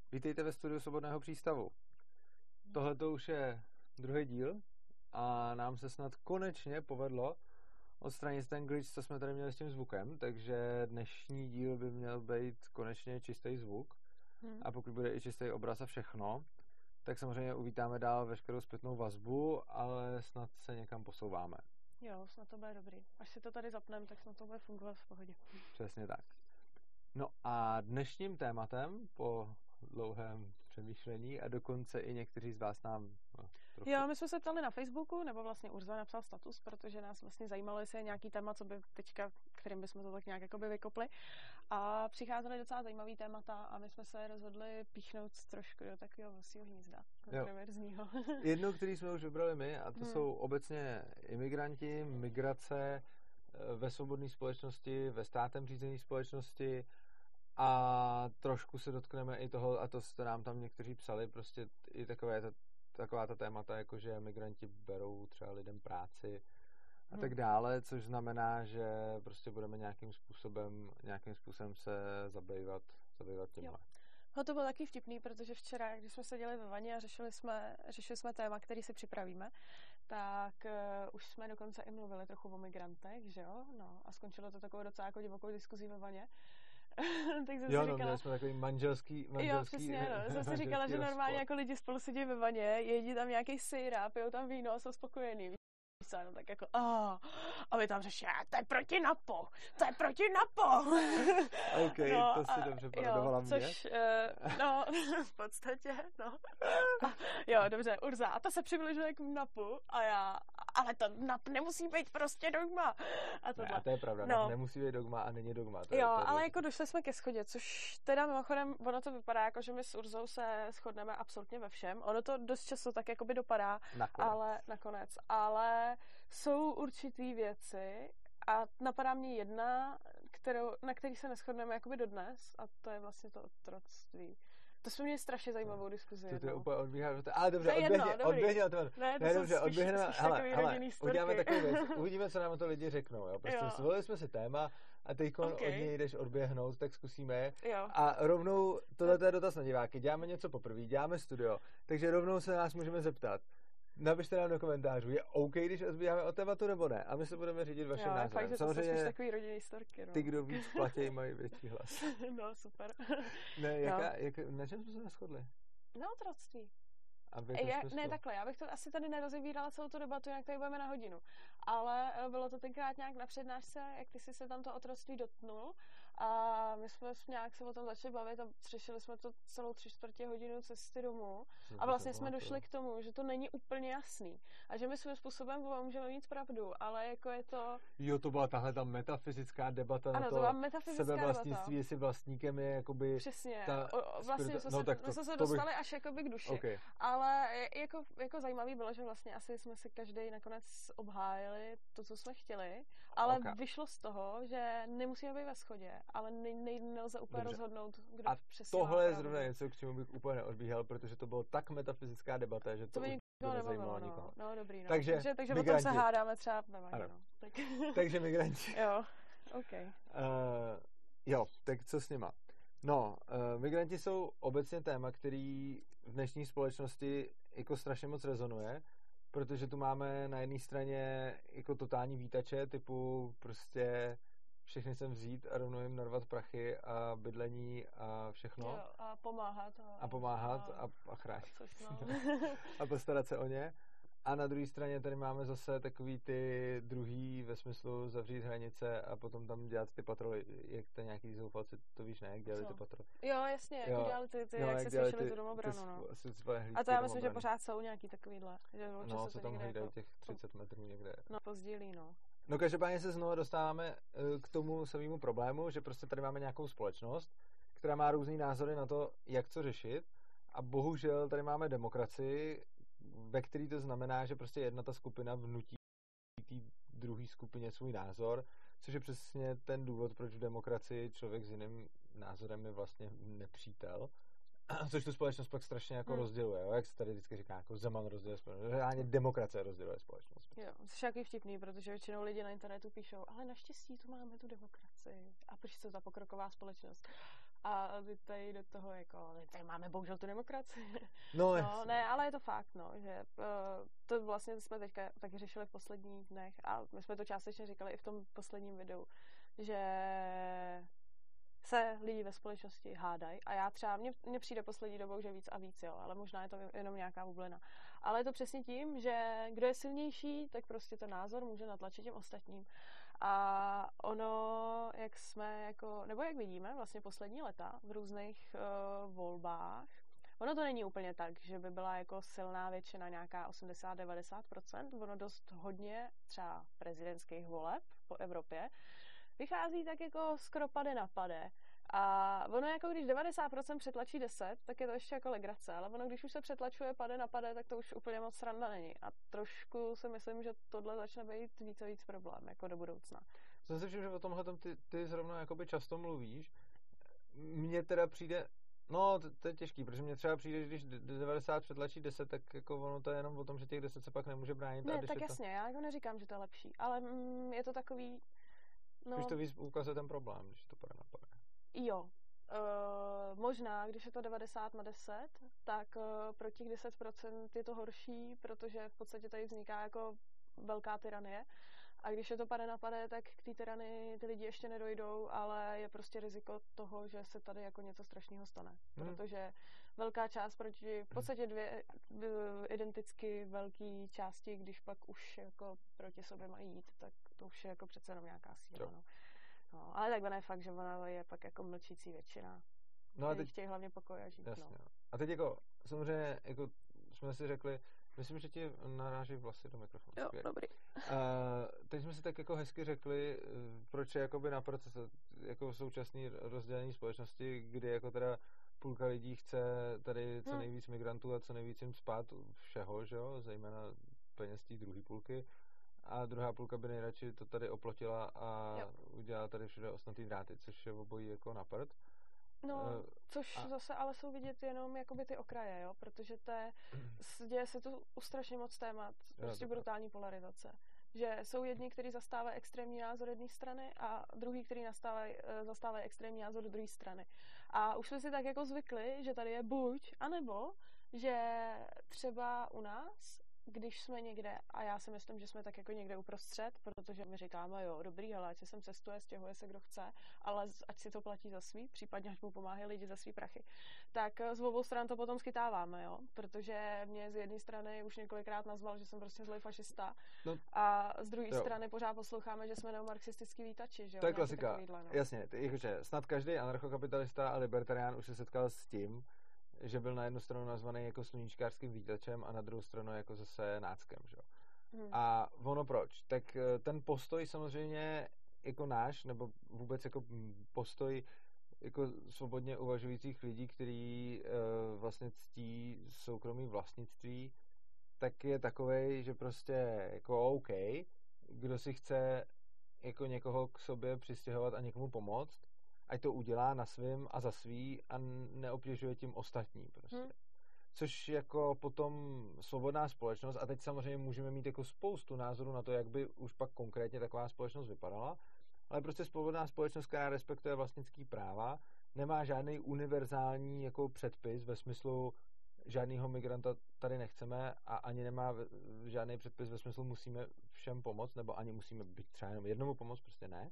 Vítejte ve studiu Svobodného přístavu. Tohle to už je druhý díl a nám se snad konečně povedlo odstranit ten glitch, co jsme tady měli s tím zvukem, takže dnešní díl by měl být konečně čistý zvuk a pokud bude i čistý obraz a všechno, tak samozřejmě uvítáme dál veškerou zpětnou vazbu, ale snad se někam posouváme. Jo, snad to bude dobrý. Až si to tady zapneme, tak snad to bude fungovat v pohodě. Přesně tak. No a dnešním tématem po dlouhém přemýšlení a dokonce i někteří z vás nám trochu... Jo, my jsme se ptali na Facebooku, nebo vlastně Urza napsal status, protože nás vlastně zajímalo, jestli je nějaký téma, co by teďka, kterým bychom to tak nějak jakoby vykopli. A přicházely docela zajímavý témata a my jsme se rozhodli píchnout trošku do takového vlastního hnízda, kontroverzního. Jednou, který jsme už vybrali my, a to jsou obecně imigranti, migrace ve svobodné společnosti, ve státem řízené společnosti a trošku se dotkneme i toho, a to jste nám tam někteří psali, prostě i taková ta témata, jako že migranti berou třeba lidem práci a tak dále, což znamená, že prostě budeme nějakým způsobem se zabývat tímhle. To bylo taky vtipný, protože včera, když jsme seděli ve vaně a řešili jsme téma, který si připravíme, tak už jsme dokonce i mluvili trochu o migrantech, že jo? No, a skončilo to takovou docela jako divokou diskuzí ve vaně. Tak jsem si říkala, měli jsme takový manželský jo, přesně, no. Jsem si říkala, že normálně jako lidi spolu sedí ve vaně, jedí tam nějaký sýra, pijou tam víno a jsou spokojení. No, tak jako, a vy tam řeší, to je proti NAPO. OK, no, to si dobře paradovala mě. Což, no, v podstatě, no. Jo, dobře, Urza, a to se přibližuje k NAPu a já, ale to NAP nemusí být prostě dogma. A to je pravda, NAP nemusí být dogma a není dogma. Ale jako došli jsme ke shodě, což teda mimochodem, ono to vypadá jako, že my s Urzou se shodneme absolutně ve všem. Ono to dost často tak jakoby dopadá, nakonec. Ale jsou určitý věci a napadá mě jedna, na který se neshodneme jakoby dodnes, a to je vlastně to otroctví. To jsme měli strašně zajímavou diskuzi. To je úplně odbíhá. Ale dobře, odběhneme. Hele, uděláme takovou věc. Uvidíme, co nám to lidi řeknou. Jo? Prostě zvolili jsme si téma a teď od něj jdeš odběhnout, tak zkusíme. Jo. A rovnou, tohle je dotaz na diváky, děláme něco poprvé, děláme studio, takže rovnou se nás můžeme zeptat. Napište nám do komentářů, je OK, když odbíháme o tématu nebo ne? A my se budeme řídit vaším názorem. Fakt, že samozřejmě to takový rodinný storky. No. Ty, kdo víc platí, mají větší hlas. No, super. Na čem jsme se neshodli? Na otroctví. Takhle, já bych to asi tady nerozebírala celou tu debatu, jak tady budeme na hodinu. Ale bylo to tenkrát nějak na přednášce, jak ty jsi se tam to otroctví dotknul a my jsme nějak se o tom začali bavit a řešili jsme to celou 3/4 hodinu cesty domů a vlastně jsme došli k tomu, že to není úplně jasný a že my svým způsobem můžeme mít pravdu, ale jako je to... Jo, to byla tahle ta metafyzická debata na to sebevlastnictví, jestli vlastníkem je jakoby... Přesně, vlastně jsme se dostali až jakoby k duši. Okay. Ale jako zajímavý bylo, že vlastně asi jsme si každý nakonec obhájili to, co jsme chtěli, ale vyšlo z toho, že nemusíme být ve shodě, ale nelze úplně rozhodnout, kdo přesně. A tohle je zrovna něco, k čemu bych úplně neodbíhal, protože to bylo tak metafyzická debata, že to už nezajímalo nikoho. No, dobrý, no. Takže o tom se hádáme třeba ve vaně, no. Takže migranti. Jo, OK. Jo, tak co s nima? No, migranti jsou obecně téma, který v dnešní společnosti jako strašně moc rezonuje, protože tu máme na jedné straně jako totální vítače typu prostě všechny sem vzít a rovnou jim narvat prachy a bydlení a všechno. Jo, a pomáhat. A chránit. No. A postarat se o ně. A na druhé straně tady máme zase takový ty druhý ve smyslu zavřít hranice a potom tam dělat ty patroly, jak to nějaký zoufalci, to víš, ne? Jak dělali ty patroly. Jo, jasně, jak dělali ty jak se slyšeli tu domobranu, no. A to já myslím, že pořád jsou nějaký takovýhle. No, se tam hlídají těch 30 metrů někde. No, pozdílí, no. No, každopádně se znovu dostáváme k tomu samému problému, že prostě tady máme nějakou společnost, která má různý názory na to, jak co řešit a bohužel tady máme demokracii, ve který to znamená, že prostě jedna ta skupina vnutí té druhé skupině svůj názor, což je přesně ten důvod, proč v demokracii člověk s jiným názorem je vlastně nepřítel. Což tu společnost pak strašně jako rozděluje, jo? Jak se tady vždycky říká, jako Zeman rozděluje společnost. Reálně demokracie rozděluje společnost. Jo, což je vtipný, protože většinou lidi na internetu píšou, ale naštěstí tu máme tu demokracii. A proč je to ta pokroková společnost? A ty tady do toho jako, tady máme bohužel tu demokracii. No, ne, ale je to fakt, no, že to vlastně jsme teďka taky řešili v posledních dnech a my jsme to částečně říkali i v tom posledním videu, že se lidi ve společnosti hádají a já třeba, mně přijde poslední dobou, že víc a víc, jo, ale možná je to jenom nějaká bublina. Ale je to přesně tím, že kdo je silnější, tak prostě ten názor může natlačit těm ostatním. A ono, jak jsme jako, nebo jak vidíme vlastně poslední leta v různých volbách, ono to není úplně tak, že by byla jako silná většina nějaká 80-90%, ono dost hodně třeba prezidentských voleb po Evropě vychází tak jako skoro pade na pade. A ono jako když 90% přetlačí 10, tak je to ještě jako legrace, ale ono když už se přetlačuje pade na pade, tak to už úplně moc sranda není. A trošku si myslím, že tohle začne být víc a víc problém jako do budoucna. Jsem si všiml, že o tomhle ty zrovna jakoby často mluvíš. Mně teda přijde, no to je těžký, protože mně třeba přijde, že když 90 přetlačí 10, tak jako ono to je jenom o tom, že těch 10 se pak nemůže bránit. Ne, a když tak jasně, já jako neříkám, že to je lepší, ale je to takový, no... Když to víc ukazuje ten problém, když to pade na pade. Jo. Možná, když je to 90/10, tak pro těch 10% je to horší, protože v podstatě tady vzniká jako velká tyranie. A když je to pade na pade, tak k té tyranii ty lidi ještě nedojdou, ale je prostě riziko toho, že se tady jako něco strašného stane. Protože velká část proti, v podstatě dvě identicky velké části, když pak už jako proti sobě mají jít, tak to už je jako přece jenom nějaká síla. No, ale takhle ne fakt, že ona je pak jako mlčící většina. No a teď chtějí hlavně pokoj a žít. Jasně, no. A teď jako, samozřejmě, jako jsme si řekli, myslím, že ti naráží vlasy do mikrofonu. Jo, dobrý. Teď jsme si tak jako hezky řekli, proč je jakoby na proces jako současný rozdělení společnosti, kdy jako teda půlka lidí chce tady co nejvíc migrantů a co nejvíc jim spát všeho, že jo, zejména peněz té druhé půlky. A druhá půlka by nejradši to tady oplotila a udělala tady všude ostnatý dráty, což je obojí jako na prd. No, což zase ale jsou vidět jenom jakoby ty okraje, jo, protože děje se tu strašně moc témat, prostě brutální polarizace. Že jsou jedni, kteří zastávají extrémní názor jedné strany a druhý, kteří zastávají extrémní názor druhé strany. A už jsme si tak jako zvykli, že tady je buď, anebo, že třeba u nás, když jsme někde, a já si myslím, že jsme tak jako někde uprostřed, protože my říkáme, jo, dobrý, hele, ať se sem cestuje, stěhuje se, kdo chce, ale ať si to platí za svý, případně ať mu pomáhají lidi za svý prachy. Tak z obou stran to potom schytáváme, jo, protože mě z jedné strany už několikrát nazval, že jsem prostě zlej fašista, a z druhé strany pořád posloucháme, že jsme neomarxistický vítači, že jo. To je klasika, jasně, jakože snad každý anarchokapitalista a libertarián už se setkal s tím, že byl na jednu stranu nazvaný jako sluníčkářským vítačem a na druhou stranu jako zase náckem, že jo. A ono proč? Tak ten postoj samozřejmě jako náš, nebo vůbec jako postoj jako svobodně uvažujících lidí, kteří vlastně ctí soukromý vlastnictví, tak je takovej, že prostě jako OK, kdo si chce jako někoho k sobě přistěhovat a někomu pomoct, ať to udělá na svým a za svý a neobtěžuje tím ostatní prostě. Což jako potom svobodná společnost, a teď samozřejmě můžeme mít jako spoustu názorů na to, jak by už pak konkrétně taková společnost vypadala, ale prostě svobodná společnost, která respektuje vlastnický práva, nemá žádný univerzální jako předpis ve smyslu žádného migranta tady nechceme a ani nemá žádný předpis ve smyslu musíme všem pomoct, nebo ani musíme být třeba jenom jednomu pomoct, prostě ne.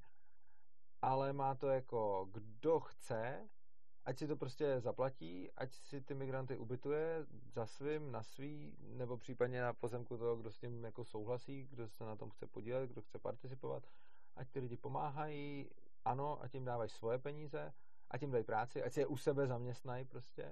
Ale má to jako kdo chce, ať si to prostě zaplatí, ať si ty migranty ubytuje za svým, na svý, nebo případně na pozemku toho, kdo s tím jako souhlasí, kdo se na tom chce podílet, kdo chce participovat, ať ty lidi pomáhají, ano, ať jim dávají svoje peníze, ať jim dají práci, ať si je u sebe zaměstnají prostě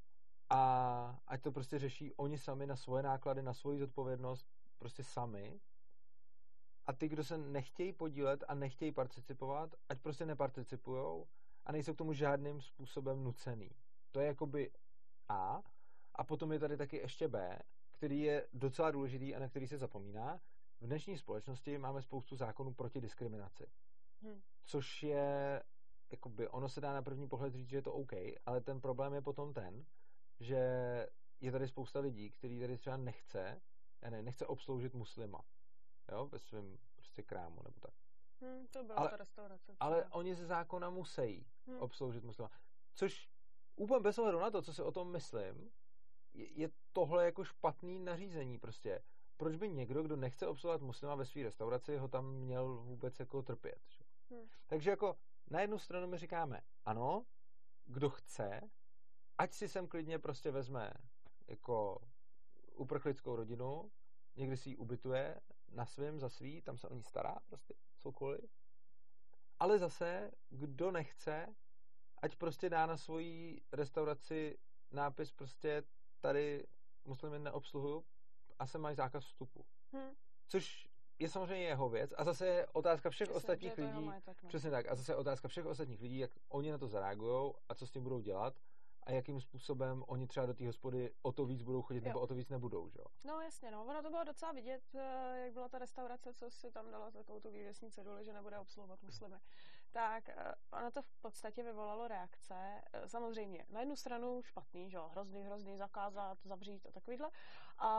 a ať to prostě řeší oni sami na svoje náklady, na svoji zodpovědnost, prostě sami. A ty, kdo se nechtějí podílet a nechtějí participovat, ať prostě neparticipujou a nejsou k tomu žádným způsobem nucený. To je jakoby A. A potom je tady taky ještě B, který je docela důležitý a na který se zapomíná. V dnešní společnosti máme spoustu zákonů proti diskriminaci. Což je, jakoby, ono se dá na první pohled říct, že je to OK, ale ten problém je potom ten, že je tady spousta lidí, který tady třeba nechce obsloužit muslima. Jo, ve svém prostě krámu nebo tak. To byla ta restaurace. Ale oni ze zákona musí obsloužit muslima. Což úplně bez ohledu na to, co si o tom myslím, je tohle jako špatný nařízení prostě. Proč by někdo, kdo nechce obsluhovat muslima ve své restauraci, ho tam měl vůbec jako trpět? Takže jako na jednu stranu my říkáme, ano, kdo chce, ať si sem klidně prostě vezme jako uprchlickou rodinu, někdy si ji ubytuje na svém, za svý, tam se o ní stará prostě cokoliv. Ale zase, kdo nechce, ať prostě dá na svoji restauraci nápis prostě tady muslimy neobsluhují a se mají zákaz vstupu. Což je samozřejmě jeho věc a zase je otázka všech ostatních lidí, přesně tak, a zase je otázka všech ostatních lidí, jak oni na to zareagují a co s tím budou dělat a jakým způsobem oni třeba do té hospody o to víc budou chodit, nebo o to víc nebudou, že jo? No jasně, no. Ono to bylo docela vidět, jak byla ta restaurace, co si tam dala takovou tu vývěsní ceduli, že nebude obsluhovat muslimy. Tak ono to v podstatě vyvolalo reakce. Samozřejmě, na jednu stranu špatný, že jo, hrozný, zakázat, zavřít a takovýhle. A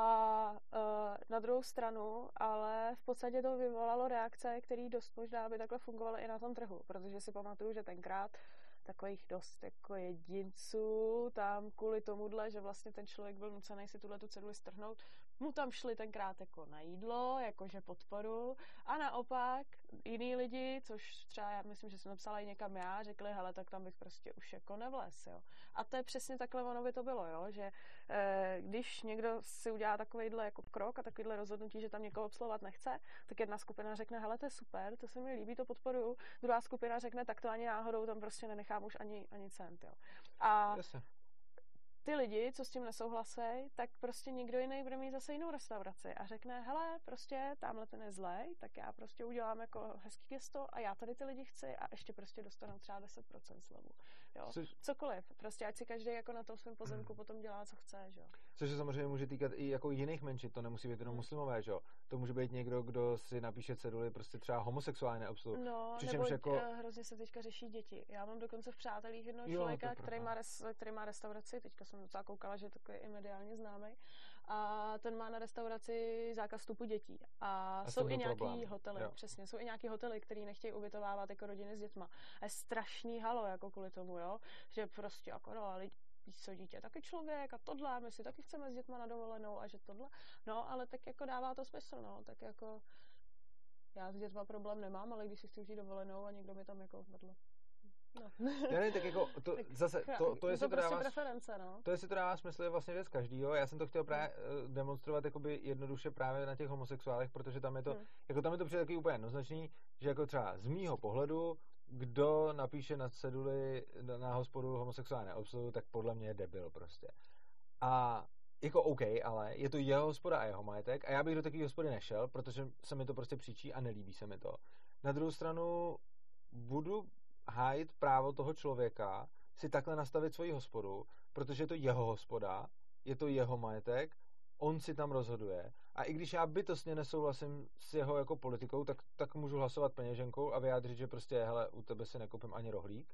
na druhou stranu, ale v podstatě to vyvolalo reakce, které dost možná by takhle fungovaly i na tom trhu, protože si pamatuju, že tenkrát takových dost jako jedinců tam kvůli tomuhle, že vlastně ten člověk byl nucený si tuhletu ceduli strhnout, mu tam šli tenkrát jako na jídlo, jakože podporu a naopak jiný lidi, což třeba já myslím, že jsem napsala i někam já, řekli, hele, tak tam bych prostě už jako nevlez, jo. A to je přesně takhle ono by to bylo, jo, že když někdo si udělá takovýhle jako krok a takovýhle rozhodnutí, že tam někoho obsluhovat nechce, tak jedna skupina řekne, hele, to je super, to se mi líbí, to podporuju, druhá skupina řekne, tak to ani náhodou tam prostě nenechám už ani cent, jo. A ty lidi, co s tím nesouhlasí, tak prostě někdo jiný bude mít zase jinou restauraci a řekne, hele, prostě tamhle ten je zlej, tak já prostě udělám jako hezký gesto a já tady ty lidi chci a ještě prostě dostanu třeba 10% slevu. Jo. Cokoliv. Prostě ať si každý jako na tom svém pozemku potom dělá, co chce, že jo. Což se samozřejmě může týkat i jako jiných menšin, to nemusí být jenom muslimové, že jo. To může být někdo, kdo si napíše ceduli prostě třeba homosexuální neobsluhu. No, nebo jako hrozně se teďka řeší děti. Já mám dokonce v přátelích jednoho člověka, který má restauraci, teďka jsem docela koukala, že je takový i mediálně známý. A ten má na restauraci zákaz vstupu dětí. A jsou i nějaký hotely, přesně, jsou i nějaký hotely, který nechtějí ubytovávat jako rodiny s dětma. A je strašný halo jako kvůli tomu, jo, že prostě jako no, ale co dítě, taky člověk a tohle, my si taky chceme s dětma na dovolenou a že tohle. No, ale tak jako dává to smysl, no, tak jako já s dětma problém nemám, ale když si chci užít dovolenou a někdo mi tam jako vedle. No. Ne, tak jako to, tak zase, to jestli to prostě dává, preference, no. To jestli to dává smysl je vlastně věc každýho. Já jsem to chtěl právě demonstrovat jakoby jednoduše právě na těch homosexuálech, protože tam je to, jako tam je to přijde taky úplně jednoznačný, že jako třeba z mýho pohledu, kdo napíše na ceduli na hospodu homosexuální obsluhu, tak podle mě je debil prostě. A jako OK, ale je to jeho hospoda a jeho majetek a já bych do takové hospody nešel, protože se mi to prostě příčí a nelíbí se mi to. Na druhou stranu budu hájit právo toho člověka si takhle nastavit svoji hospodu, protože je to jeho hospoda, je to jeho majetek, on si tam rozhoduje. A i když já bytostně nesouhlasím s jeho jako politikou, tak můžu hlasovat peněženkou a vyjádřit, že prostě, hele, u tebe si nekoupím ani rohlík.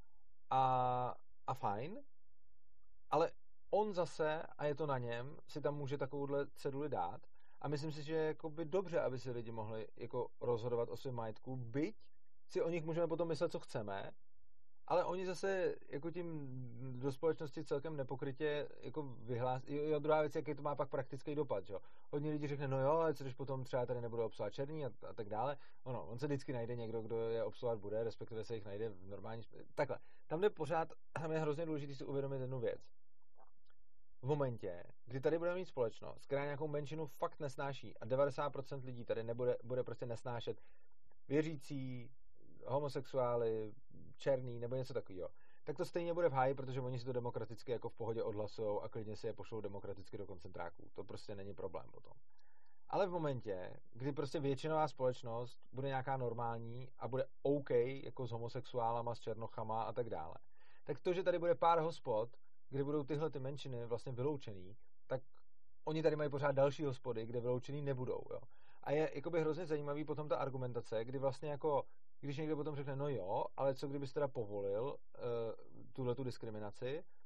A fajn, ale on zase, a je to na něm, si tam může takovouhle ceduli dát. A myslím si, že je jakoby dobře, aby si lidi mohli jako rozhodovat o svém majetku, byť si o nich můžeme potom myslet, co chceme, ale oni zase jako tím do společnosti celkem nepokrytě jako vyhlásí. Jo, druhá věc, jaký to má pak praktický dopad, jo. Hodně lidí řekne, no jo, ale co když potom třeba tady nebude obsluhovat černý a tak dále. Ono, on se vždycky najde někdo, kdo je obsluhovat bude, respektive se jich najde v normální... Takhle, tam je hrozně důležité si uvědomit jednu věc. V momentě, kdy tady budeme mít společnost, která nějakou menšinu fakt nesnáší a 90% lidí tady bude prostě nesnášet věřící, homosexuály, černý nebo něco takového, tak to stejně bude v háji, protože oni si to demokraticky jako v pohodě odhlasujou a klidně si je pošlou demokraticky do koncentráků. To prostě není problém potom. Ale v momentě, kdy prostě většinová společnost bude nějaká normální a bude OK jako s homosexuálama, s černochama a tak dále, tak to, že tady bude pár hospod, kde budou tyhle ty menšiny vlastně vyloučený, tak oni tady mají pořád další hospody, kde vyloučený nebudou, jo. A je jakoby hrozně zajímavý potom ta argumentace, kdy vlastně jako, když někdo potom řekne, no jo, ale co kdybys teda povolil tuhletu diskriminaci,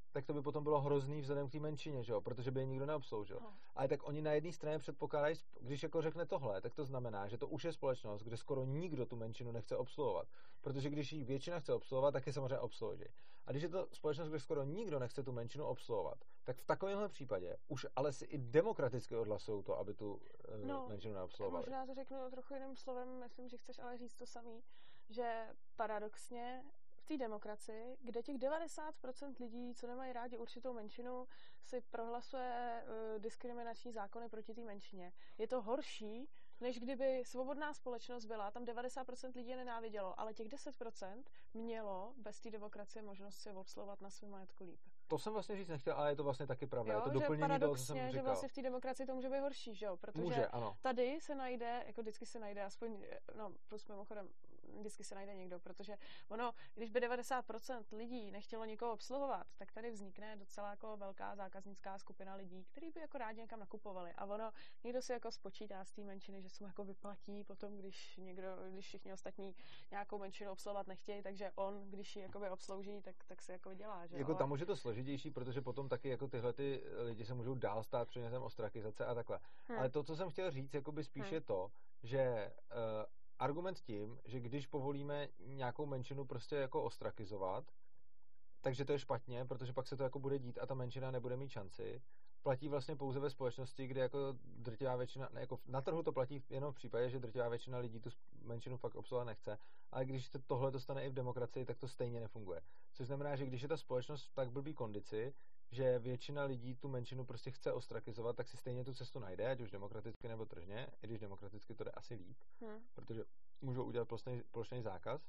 tak to by potom bylo hrozný vzhledem k té menšině, že jo? Protože by je nikdo neobsloužil. Ale tak oni na jedné straně předpokládají, když jako řekne tohle, tak to znamená, že to už je společnost, kde skoro nikdo tu menšinu nechce obsluhovat. Protože když ji většina chce obsluhovat, tak je samozřejmě obslouží. A když je to společnost, kde skoro nikdo nechce tu menšinu obsluhovat, tak v takovémhle případě už ale si i demokraticky odhlasují to, aby tu menšinu neobsluhovali. Možná to řeknu trochu jiným slovem, myslím, že chceš ale říct to samý, že paradoxně v té demokracii, kde těch 90% lidí, co nemají rádi určitou menšinu, si prohlasuje diskriminační zákony proti té menšině. Je to horší, než kdyby svobodná společnost byla, tam 90% lidí je nenávidělo, ale těch 10% mělo bez té demokracie možnost si obsluhovat na svém majetku líp. To jsem vlastně říct nechtěl, ale je to vlastně taky pravda. Jo, je to doplnění toho, co jsem říkal. Že vlastně v té demokracii to může být horší, že jo? Protože může, ano. Tady se najde, jako vždycky se najde aspoň, no plus mimochodem, vždycky se najde někdo, protože ono, když by 90% lidí nechtělo nikoho obsluhovat, tak tady vznikne docela jako velká zákaznická skupina lidí, kteří by jako rádi někam nakupovali. A ono, někdo si jako spočítá z té menšiny, že se mu jako vyplatí potom, když všichni ostatní nějakou menšinu obsluhovat nechtějí, takže on, když ji jakoby obslouží, tak se jako dělá, že jako tam už je to složitější, protože potom taky jako tyhle ty lidi se můžou dál stát předmětem ostrakizace a takhle. Ale to, co jsem chtěl říct, jakoby spíš je to, že argument tím, že když povolíme nějakou menšinu prostě jako ostrakizovat, takže to je špatně, protože pak se to jako bude dít a ta menšina nebude mít šanci, platí vlastně pouze ve společnosti, kde jako drtivá většina, ne, jako na trhu to platí jenom v případě, že drtivá většina lidí tu menšinu fakt obsluhovat nechce, ale když tohle to stane i v demokracii, tak to stejně nefunguje. Což znamená, že když je ta společnost v tak blbý kondici, že většina lidí tu menšinu prostě chce ostrakizovat, tak si stejně tu cestu najde, ať už demokraticky nebo tržně, i když demokraticky to jde asi líp, protože můžou udělat plošný zákaz.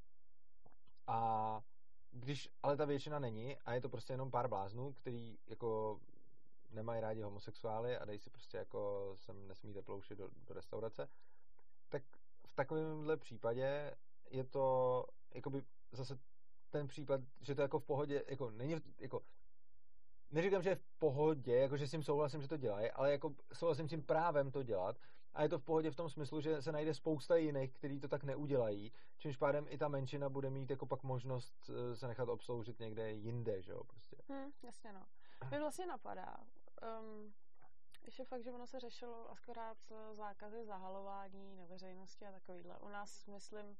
A když ale ta většina není a je to prostě jenom pár bláznů, který jako nemají rádi homosexuály a dají si prostě jako sem nesmíte ploušit do restaurace, tak v takovémhle případě je to jakoby zase ten případ, že to jako v pohodě, jako není, jako neříkám, že je v pohodě, jako že s tím souhlasím, že to dělají, ale jako souhlasím s tím právem to dělat a je to v pohodě v tom smyslu, že se najde spousta jiných, kteří to tak neudělají, čímž pádem i ta menšina bude mít jako pak možnost se nechat obsloužit někde jinde, že jo, prostě. Jasně, no. Mě vlastně napadá, ještě fakt, že ono se řešilo akorát zákazy zahalování na veřejnosti a takovýhle. U nás, myslím,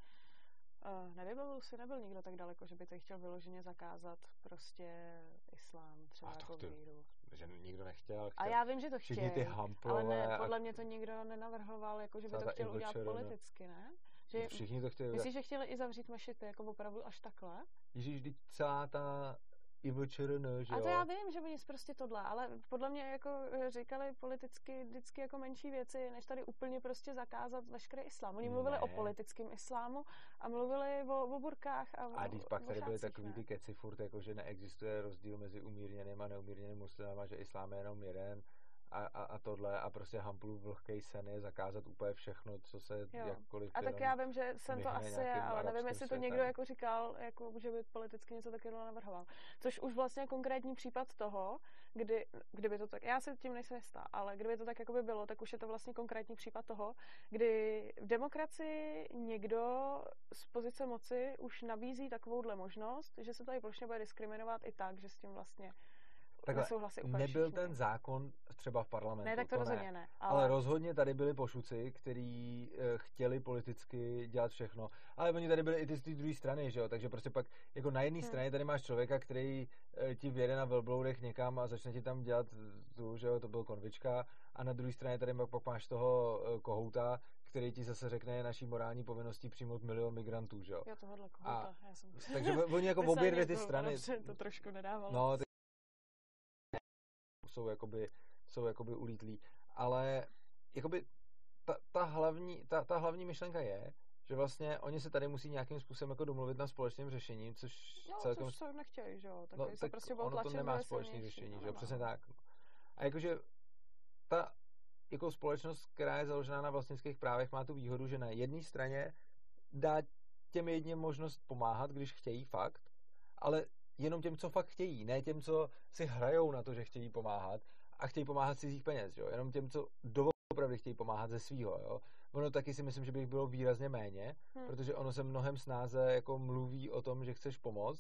nebyl nikdo tak daleko, že by to chtěl vyloženě zakázat prostě islám, třeba jako víru. Že nikdo nechtěl. A já vím, že to chtějí, ty Hamplové, ale ne, podle mě to nikdo nenavrhoval, jako že by to chtěl udělat politicky, ne? Že všichni to chtěli. Myslíš, že chtěli i zavřít mešity, jako opravdu až takhle? Ježíš, vždyť celá ta IVČRN, že jo? A to já vím, že by nic prostě tohle, ale podle mě jako říkali politicky vždycky jako menší věci, než tady úplně prostě zakázat veškerý islám. Oni mluvili o politickém islámu a mluvili o burkách a když pak tady byly takový ty keci furt, jako že neexistuje rozdíl mezi umírněným a neumírněným muslimama, že islám je jenom jeden a tohle a prostě Hamplův vlhkej sen je zakázat úplně všechno, co se jakkoliv... A tak já vím, že sen to asi je, ale nevím, jestli to někdo jako říkal, jako že by politicky něco takového navrhoval. Což už vlastně konkrétní případ toho, kdyby to tak, já se tím nejsem jistá, ale kdyby to tak jako by bylo, tak už je to vlastně konkrétní případ toho, kdy v demokracii někdo z pozice moci už nabízí takovouhle možnost, že se tady plošně bude diskriminovat i tak, že s tím vlastně nebyl všichni. Ten zákon třeba v parlamentu. Ne, tak to rozhodně ne. Ale rozhodně tady byli pošuci, kteří chtěli politicky dělat všechno. Ale oni tady byli i ty z té druhé strany, že jo? Takže prostě pak jako na jedné straně tady máš člověka, který ti vjede na velbloudech někam a začne ti tam dělat tu, že jo, to byl konvička. A na druhé straně tady pak máš toho kohouta, který ti zase řekne naší morální povinností přijmout 1 milion migrantů, že jo? Já tohohle kohouta. Já jsem... Takže oni jako obě dvě ty strany. To trošku nedávalo. No, jsou jakoby ulítlí. Ale jakoby ta hlavní myšlenka je, že vlastně oni se tady musí nějakým způsobem jako domluvit na společném řešení, což celkem... což to nechtějí, že jo? No, tak prostě ono to nemá společné řešení, že jo? Přesně tak. A jakože ta jako společnost, která je založená na vlastnických právech, má tu výhodu, že na jedné straně dá těm jedním možnost pomáhat, když chtějí fakt, ale jenom těm, co fakt chtějí, ne těm, co si hrajou na to, že chtějí pomáhat a chtějí pomáhat z cizích peněz, jo? Jenom těm, co doopravdy chtějí pomáhat ze svýho, jo? Ono taky si myslím, že by jich bylo výrazně méně, protože ono se mnohem snáze jako mluví o tom, že chceš pomoct,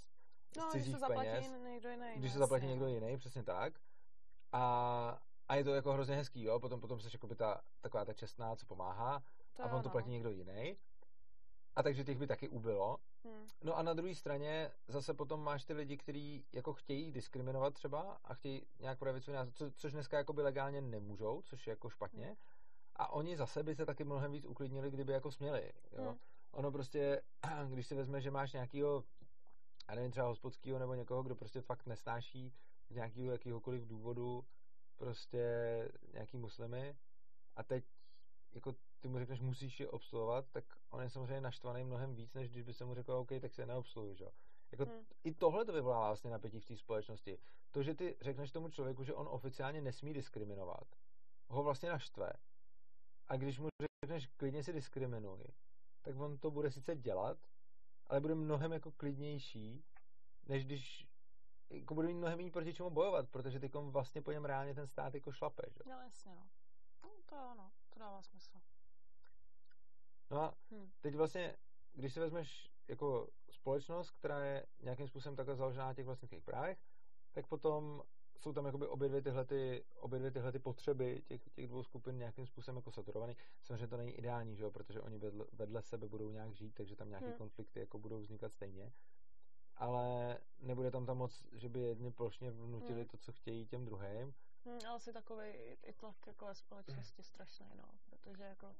z cizích peněz. Když se zaplatí někdo jiný, přesně tak. A je to jako hrozně hezký, jo, potom seš jakoby taková ta čestná, co pomáhá, a on to platí někdo jiný. A takže těch by taky ubylo. No a na druhé straně zase potom máš ty lidi, kteří jako chtějí diskriminovat třeba a chtějí nějak projevit svůj názor, což dneska jakoby legálně nemůžou, což je jako špatně. A oni zase by se taky mnohem víc uklidnili, kdyby jako směli, jo. Ono prostě, když si vezme, že máš nějakýho, já nevím, třeba hospodskýho nebo někoho, kdo prostě fakt nesnáší z nějakého jakýhokoliv důvodu prostě nějaký muslimy a teď jako ty mu řekneš, musíš je obsluhovat, tak on je samozřejmě naštvaný mnohem víc, než když by se mu řekl, OK, tak se neobsluhuj, že? Jako i tohle to vyvolává vlastně napětí v té společnosti. To, že ty řekneš tomu člověku, že on oficiálně nesmí diskriminovat, ho vlastně naštve. A když mu řekneš, klidně si diskriminuj, tak on to bude sice dělat, ale bude mnohem jako klidnější, než když jako bude mít mnohem méně proti čemu bojovat, protože teď vlastně po něm reálně ten stát jako šlape, že? No jasně, no. To ano, to dává smysl. No a teď vlastně, když si vezmeš jako společnost, která je nějakým způsobem takhle založená na těch vlastnických právech, tak potom jsou tam jakoby obě dvě ty potřeby těch dvou skupin nějakým způsobem jako saturovaný. Samozřejmě to není ideální, že jo, protože oni vedle sebe budou nějak žít, takže tam nějaké konflikty jako budou vznikat stejně. Ale nebude tam moc, že by jedni plošně vnutili to, co chtějí těm druhým. Ale asi takový i tlak jako ve společnosti strašný, no, protože jako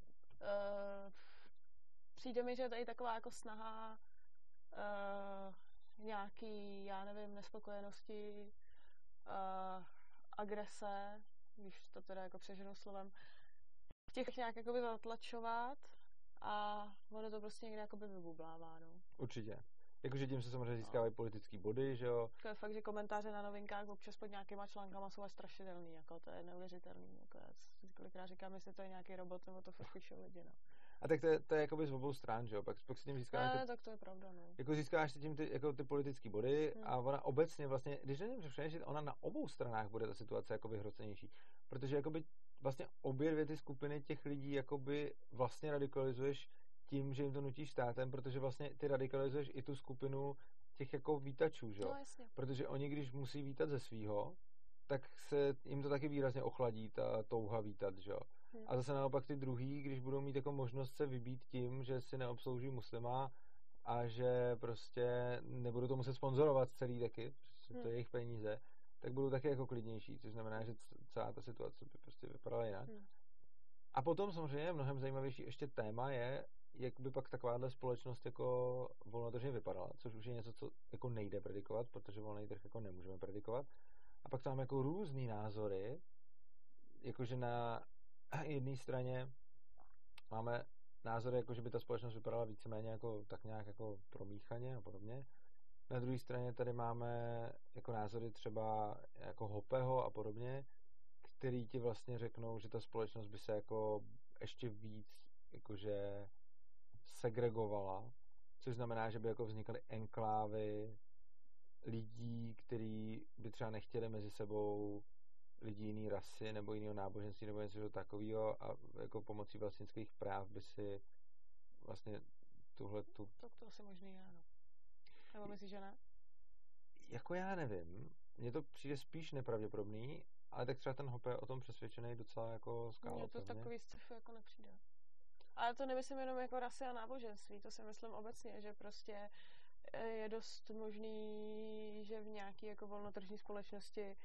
přijde mi, že je tady taková jako snaha nějaký, já nevím, nespokojenosti, agrese, když to teda jako přeženu slovem, těch nějak jakoby zatlačovat a ono to prostě někde jakoby vybublává, no. Určitě. Jakože tím se samozřejmě získávají politický body, že jo. To je fakt, že komentáře na novinkách občas pod nějakýma článkama jsou až strašidelný, jako to je neuvěřitelný, jako já kolikrát říkám, jestli to je nějaký robot, nebo to fakt píšou lidi, no. A tak to je jakoby z obou stran, že jo, pak si tím získáváš... tak to je pravda, no. Jako získáváš si tím ty politický body a ona obecně vlastně, když nevím, že ona na obou stranách bude ta situace jakoby hrocenější, protože jakoby vlastně obě dvě ty skupiny těch lidí jakoby vlastně radikalizuješ tím, že jim to nutíš státem, protože vlastně ty radikalizuješ i tu skupinu těch jako vítačů, že jo? No, jasně. Protože oni, když musí vítat ze svýho, tak se jim to taky výrazně ochladí, ta touha vítat, že jo? A zase naopak ty druhý, když budou mít jako možnost se vybít tím, že si neobslouží muslima a že prostě nebudou to muset sponzorovat celý taky, protože to je jejich peníze, tak budou taky jako klidnější, což znamená, že celá ta situace by prostě vypadala jinak. A potom samozřejmě mnohem zajímavější ještě téma je, jak by pak takováhle společnost jako volnotržně vypadala, což už je něco, co jako nejde predikovat, protože volný trh jako nemůžeme predikovat. A pak tam jako různý názory, jakože na jedné straně máme názory, jako že by ta společnost vypadala víceméně jako tak nějak jako promíchaně a podobně. Na druhé straně tady máme jako názory třeba jako Hoppeho a podobně, který ti vlastně řeknou, že ta společnost by se jako ještě víc jakože segregovala, což znamená, že by jako vznikaly enklávy lidí, kteří by třeba nechtěli mezi sebou lidi jiný rasy nebo jiného náboženství nebo něco takového a jako pomocí vlastnických práv by si vlastně tuhletu... To asi možný je, no. Nebo myslíš, že ne? Jako já nevím. Mně to přijde spíš nepravděpodobný, ale tak třeba ten Hoppe je o tom přesvědčený docela jako skálopevně. Mně to takový sci-fi jako nepřijde. Ale to nemyslím jenom jako rasy a náboženství, to si myslím obecně, že prostě je dost možný, že v nějaké jako volnotržní společnosti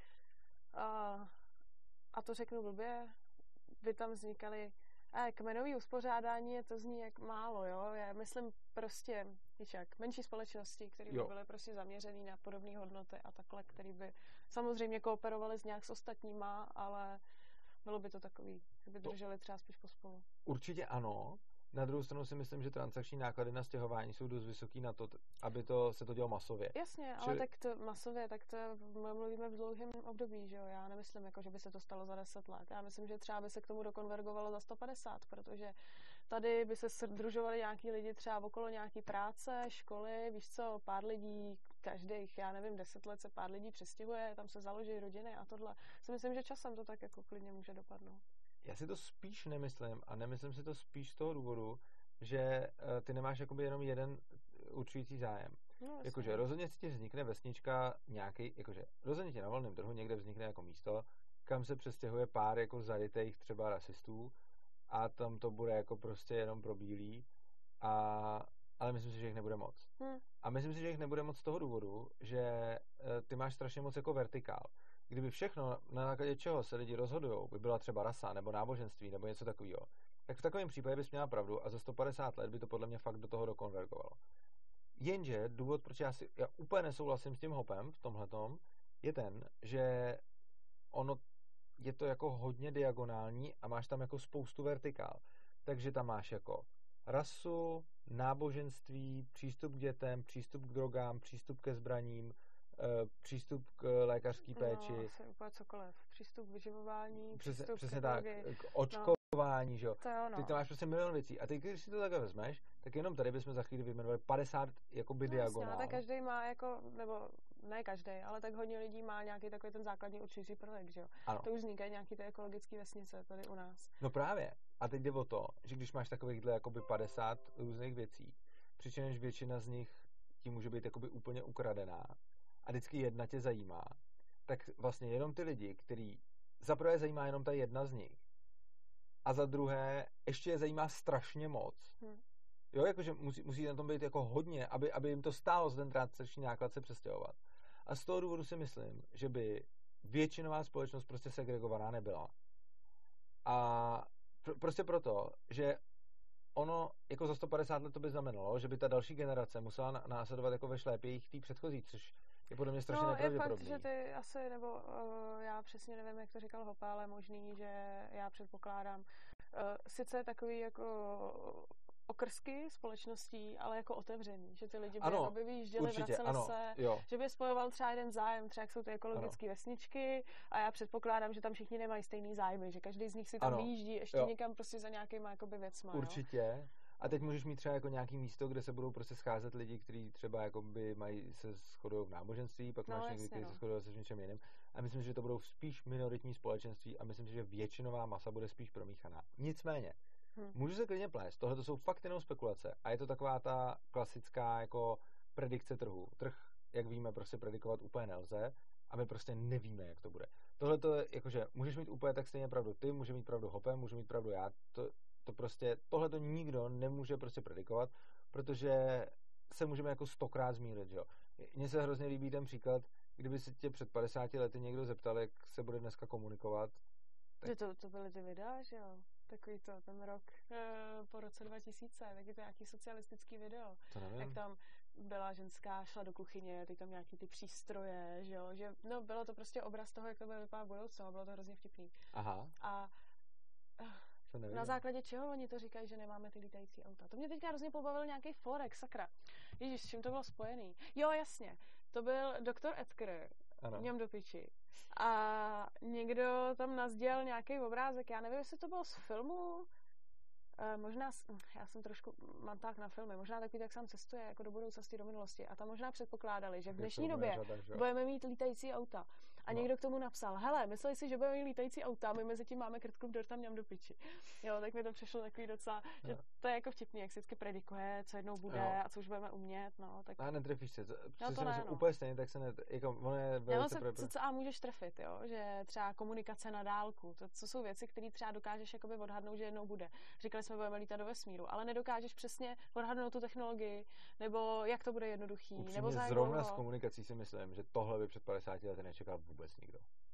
a to řeknu blbě, by tam vznikaly kmenový uspořádání, to zní jak málo, jo. Já myslím prostě, menší společnosti, které by byly prostě zaměřený na podobné hodnoty a takhle, které by samozřejmě kooperovaly nějak s ostatníma, ale bylo by to takový, že by drželi třeba spíš pospolu. Určitě ano. Na druhou stranu si myslím, že transakční náklady na stěhování jsou dost vysoký na to, aby se to dělo masově. Jasně, ale tak to masově, tak to mluvíme v dlouhém období, že jo? Já nemyslím, jako, že by se to stalo za 10 let. Já myslím, že třeba by se k tomu dokonvergovalo za 150, protože tady by se sdružovali nějaký lidi třeba okolo nějaký práce, školy, víš co, pár lidí, každých, já nevím, 10 let se pár lidí přestěhuje, tam se založí rodiny a tohle. Si myslím, že časem to tak jako klidně může dopadnout. Já si to spíš nemyslím a nemyslím si to spíš z toho důvodu, že ty nemáš jakoby jenom jeden určující zájem. No, jakože rozhodně ti vznikne vesnička nějaký, jakože rozhodně ti na volném trhu někde vznikne jako místo, kam se přestěhuje pár jako zarytých třeba rasistů a tam to bude jako prostě jenom pro bílý, ale myslím si, že jich nebude moc. A myslím si, že jich nebude moc z toho důvodu, že ty máš strašně moc jako vertikál. Kdyby všechno, na základě čeho se lidi rozhodujou, by byla třeba rasa nebo náboženství nebo něco takového, tak v takovém případě bys měla pravdu a za 150 let by to podle mě fakt do toho dokonvergovalo. Jenže důvod, proč já úplně nesouhlasím s tím Hopem v tomhletom, je ten, že ono je to jako hodně diagonální a máš tam jako spoustu vertikál. Takže tam máš jako rasu, náboženství, přístup k dětem, přístup k drogám, přístup ke zbraním, přístup k lékařské péči. No, asi úplně cokoliv. Přístup k vyživování, přístup přesně k tak, k očkování, že jo. Ty tam máš prostě milion věcí. A teď, když si to takhle vezmeš, tak jenom tady bychom za chvíli vyjmenovali 50 jakoby diagonál. Tak každý má jako, nebo ne každý, ale tak hodně lidí má nějaký takový ten základní určitý prvek, že jo. Ano. To už vznikají nějaký ty ekologické vesnice tady u nás. No právě. A teď jde o to, že když máš takovýchhle jakoby 50 různých věcí, přičemž většina z nich ti může být jakoby úplně ukradená a vždycky jedna tě zajímá, tak vlastně jenom ty lidi, který za prvé zajímá jenom ta jedna z nich a za druhé ještě je zajímá strašně moc. Jo, jakože musí na tom být jako hodně, aby jim to stálo za ten transakční náklad se přestěhovat. A z toho důvodu si myslím, že by většinová společnost prostě segregovaná nebyla. A prostě proto, že ono jako za 150 let to by znamenalo, že by ta další generace musela následovat jako ve šlépějích té předchozí, což je podle mě strašně nepravděpodobný. Je fakt, že ty asi, nebo já přesně nevím, jak to říkal Hopa, ale možný, že já předpokládám, sice takový jako okrsky společností, ale jako otevřený, že ty lidi by vyjížděli, vraceli se, že by spojoval třeba jeden zájem, třeba jak jsou ty ekologické vesničky a já předpokládám, že tam všichni nemají stejný zájmy, že každý z nich si tam vyjíždí ještě někam prostě za nějakýma jakoby věcma. Určitě. A teď můžeš mít třeba jako nějaký místo, kde se budou prostě scházet lidi, kteří třeba jakoby mají se shodují v náboženství, pak máš někdy, kteří se shodují se něčem jiným. A myslím si, že to budou spíš minoritní společenství a myslím si, že většinová masa bude spíš promíchaná. Nicméně, můžu se klidně plést, tohle to jsou fakt jenom spekulace a je to taková ta klasická jako predikce trhu. Trh, jak víme, prostě predikovat úplně nelze a my prostě nevíme, jak to bude. Tohle to je, jakože můžeš mít úplně tak stejně pravdu ty, může mít pravdu Hopem, můžu mít pravdu já, to prostě, tohle to nikdo nemůže prostě predikovat, protože se můžeme jako 100krát zmílit, že jo. Mně se hrozně líbí ten příklad, kdyby se tě před 50 lety někdo zeptal, jak se bude dneska komunikovat. Tak... To byly ty videa, že jo? Takový to, ten rok po roce 2000, taky to nějaký socialistický video. To nevím. Jak tam byla ženská, šla do kuchyně, teď tam nějaký ty přístroje, že jo? Že, no, bylo to prostě obraz toho, jak to bude vypadat v budoucnu a bylo to hrozně vtipný. Aha. A na základě čeho oni to říkají, že nemáme ty lítající auta? To mě teďka hrozně pobavil nějaký Forex, sakra. Ježíš, s čím to bylo spojený? Jo, jasně. To byl doktor Edgar, v něm do piči. A někdo tam nazděl nějaký obrázek, já nevím, jestli to bylo z filmu, možná, já jsem trošku manták na filmy, možná takový, tak sám cestuje jako do budoucnosti, do minulosti. A tam možná předpokládali, že v dnešní době budeme mít lítající auta. A někdo k tomu napsal, hele, mysleli si, že budeme mít lítající auta, my mezi tím máme krtklub dortam mňam do piči. Jo, tak mi to přišlo takový docela, že to je jako vtipný, jak se vždycky predikuje, co jednou bude a co už budeme umět, no. Tak... A netrefíš se, úplně stejně, tak se jako ono je velice... Co můžeš trefit, jo, že třeba komunikace na dálku, to jsou věci, které třeba dokážeš jakoby odhadnout, že jednou bude. Říkali jsme, budeme lítat do vesmíru, ale nedokážeš přesně odhadnout tu technologii, nebo jak to bude jednoduchý, upřímně, nebo zrovna s komunikací si myslím, že tohle by před 50 lety nečekal vůbec nikdo.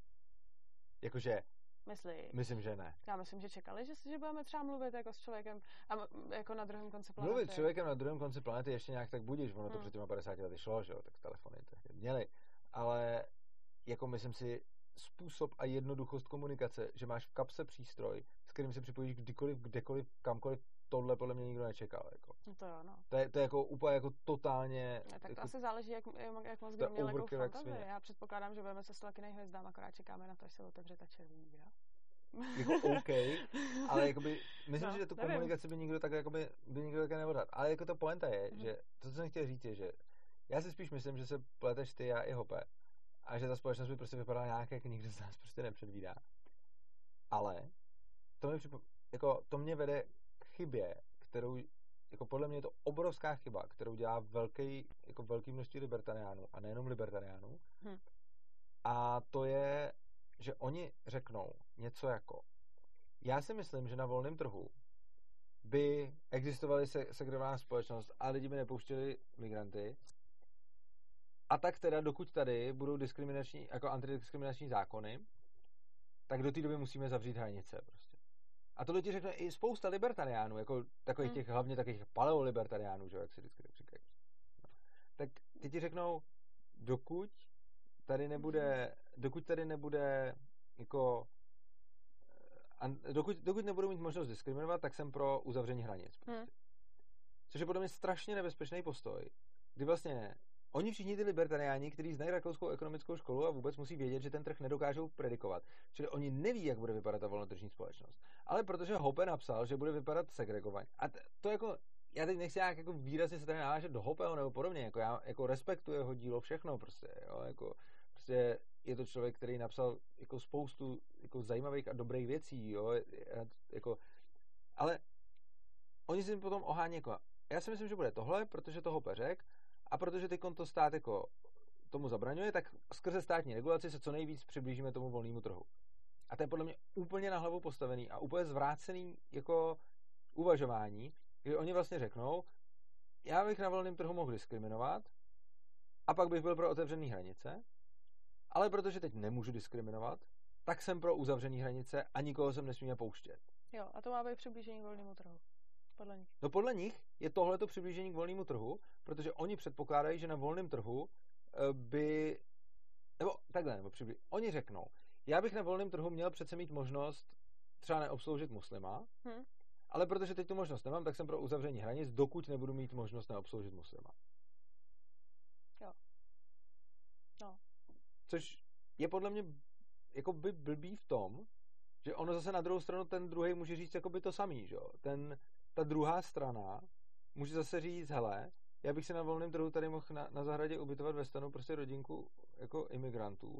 Jakože myslím, že ne. Já myslím, že čekali, že budeme třeba mluvit jako s člověkem jako na druhém konci planety. Mluvit s člověkem na druhém konci planety ještě nějak tak budíš, ono to před těma 50 lety šlo, že jo, tak telefony to měli. Ale jako myslím si, způsob a jednoduchost komunikace, že máš v kapse přístroj, s kterým se připojíš kdykoliv, kdekoliv, kamkoliv, tohle podle mě nikdo nečekal. Jako. No to jo, no. To je jako úplně jako totálně... Tak to jako, asi záleží, jak moc kdo měl jako fantazii. Já předpokládám, že budeme cestovat k jiných hvězdám, akorát čekáme na to, až se otevře ta červený díra. Jako OK, ale jakoby, myslím si, že tu komunikaci by nikdo takhle neodhadl. Ale jako to pointa je, že to, co jsem chtěl říct, je, že já si spíš myslím, že se pleteš ty, já i Hope. A že ta společnost by prostě vypadala nějak, jak nikdo z nás prostě nepředvídá. Ale to mě vede k chybě, kterou jako podle mě je to obrovská chyba, kterou dělá velký množství libertariánů a nejenom libertariánů. A to je, že oni řeknou něco jako já si myslím, že na volném trhu by existovaly segregovaná společnost a lidi by nepouštěli migranty. A tak teda, dokud tady budou diskriminační, jako antidiskriminační zákony, tak do té doby musíme zavřít hranice prostě. A tohle ti řekne i spousta libertariánů, jako takových těch, hlavně takových paleolibertariánů, že, jak si vždycky říkají. No. Tak ty ti řeknou, dokud tady nebude jako dokud nebudou mít možnost diskriminovat, tak jsem pro uzavření hranic. Prostě. Což je podle mě strašně nebezpečný postoj, kdy vlastně oni všichni ty libertariáni, kteří znají rakouskou ekonomickou školu a vůbec musí vědět, že ten trh nedokážou predikovat. Čili oni neví, jak bude vypadat ta volnotržní společnost. Ale protože Hoppe napsal, že bude vypadat segregovaně. A to jako, já teď nechci jako výrazně se tady navážet do Hoppeho nebo podobně, jako já jako respektuji jeho dílo všechno prostě, jo, jako prostě je to člověk, který napsal jako spoustu jako zajímavých a dobrých věcí, jo, jako, ale oni si potom ohání jako, já si myslím, že bude tohle, protože to Hoppe řekl, a protože teď to stát jako tomu zabraňuje, tak skrze státní regulaci se co nejvíc přiblížíme tomu volnému trhu. A to je podle mě úplně na hlavu postavený a úplně zvrácený jako uvažování, kdy oni vlastně řeknou, já bych na volném trhu mohl diskriminovat a pak bych byl pro otevřené hranice, ale protože teď nemůžu diskriminovat, tak jsem pro uzavřené hranice a nikoho sem nesmíme pouštět. Jo, a to má být přiblížení k volnému trhu. Podle nich. No podle nich je tohleto přiblížení k volnému trhu, protože oni předpokládají, že na volném trhu by... Oni řeknou, já bych na volném trhu měl přece mít možnost třeba neobsloužit muslima, ale protože teď tu možnost nemám, tak jsem pro uzavření hranic, dokud nebudu mít možnost neobsloužit muslima. Jo. No. Což je podle mě jako by blbý v tom, že ono zase na druhou stranu ten druhý může říct jako by to samý, že jo? Ta druhá strana může zase říct, hele, já bych si na volném trhu tady mohl na zahradě ubytovat ve stanu prostě rodinku jako imigrantů.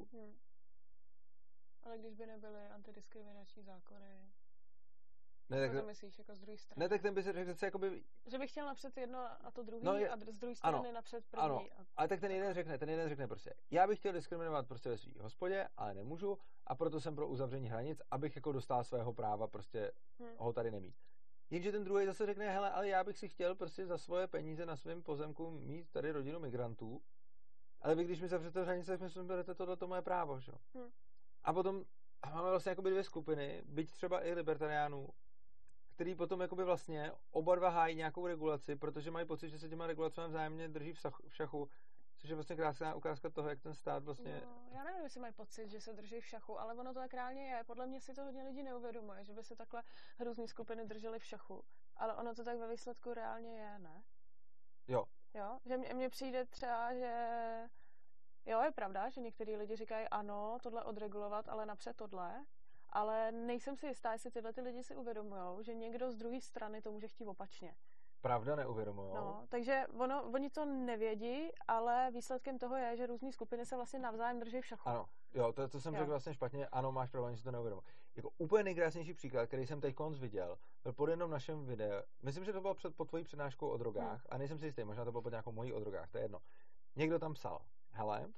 Ale když by nebyly antidiskriminační zákony, ne, tak to myslíš jako z druhé strany? Ne, tak ten by se řekl, že jakoby... Že bych chtěl napřed jedno a to druhý a z druhé strany napřed první. Ano, ale tak ten jeden řekne prostě, já bych chtěl diskriminovat prostě ve svý hospodě, ale nemůžu a proto jsem pro uzavření hranic, abych jako dostal svého práva prostě ho tady nemít. Jenže ten druhý zase řekne, hele, ale já bych si chtěl prostě za svoje peníze na svém pozemku mít tady rodinu migrantů, ale vy, když mi zavřete hranice, tak myslím, že tohle moje právo, že? A potom máme vlastně jakoby dvě skupiny, byť třeba i libertariánů, který potom jakoby vlastně oba dva hájí nějakou regulaci, protože mají pocit, že se těma regulacemi vzájemně drží v šachu, což je vlastně krásná ukázka toho, jak ten stát vlastně... No, já nevím, jestli mají pocit, že se drží v šachu, ale ono to tak reálně je. Podle mě si to hodně lidí neuvědomuje, že by se takhle hrůzný skupiny držely v šachu. Ale ono to tak ve výsledku reálně je, ne? Jo. Jo? Že mně přijde třeba, že... Jo, je pravda, že některý lidi říkají ano, tohle odregulovat, ale napřed tohle. Ale nejsem si jistá, jestli tyhle ty lidi si uvědomujou, že někdo z druhé strany to může chtít opačně. Pravda, neuvědomujou. No, takže oni to nevědí, ale výsledkem toho je, že různý skupiny se vlastně navzájem drží v šachu. Ano, jo, to jsem řekl vlastně špatně, ano, máš pravdu, oni si to neuvědomují. Jako úplně nejkrásnější příklad, který jsem teď viděl, byl pod jednom našem videu, myslím, že to bylo pod tvojí přednáškou o drogách, a nejsem si jistý, možná to bylo pod nějakou mojí o drogách, to je jedno. Někdo tam psal, hele,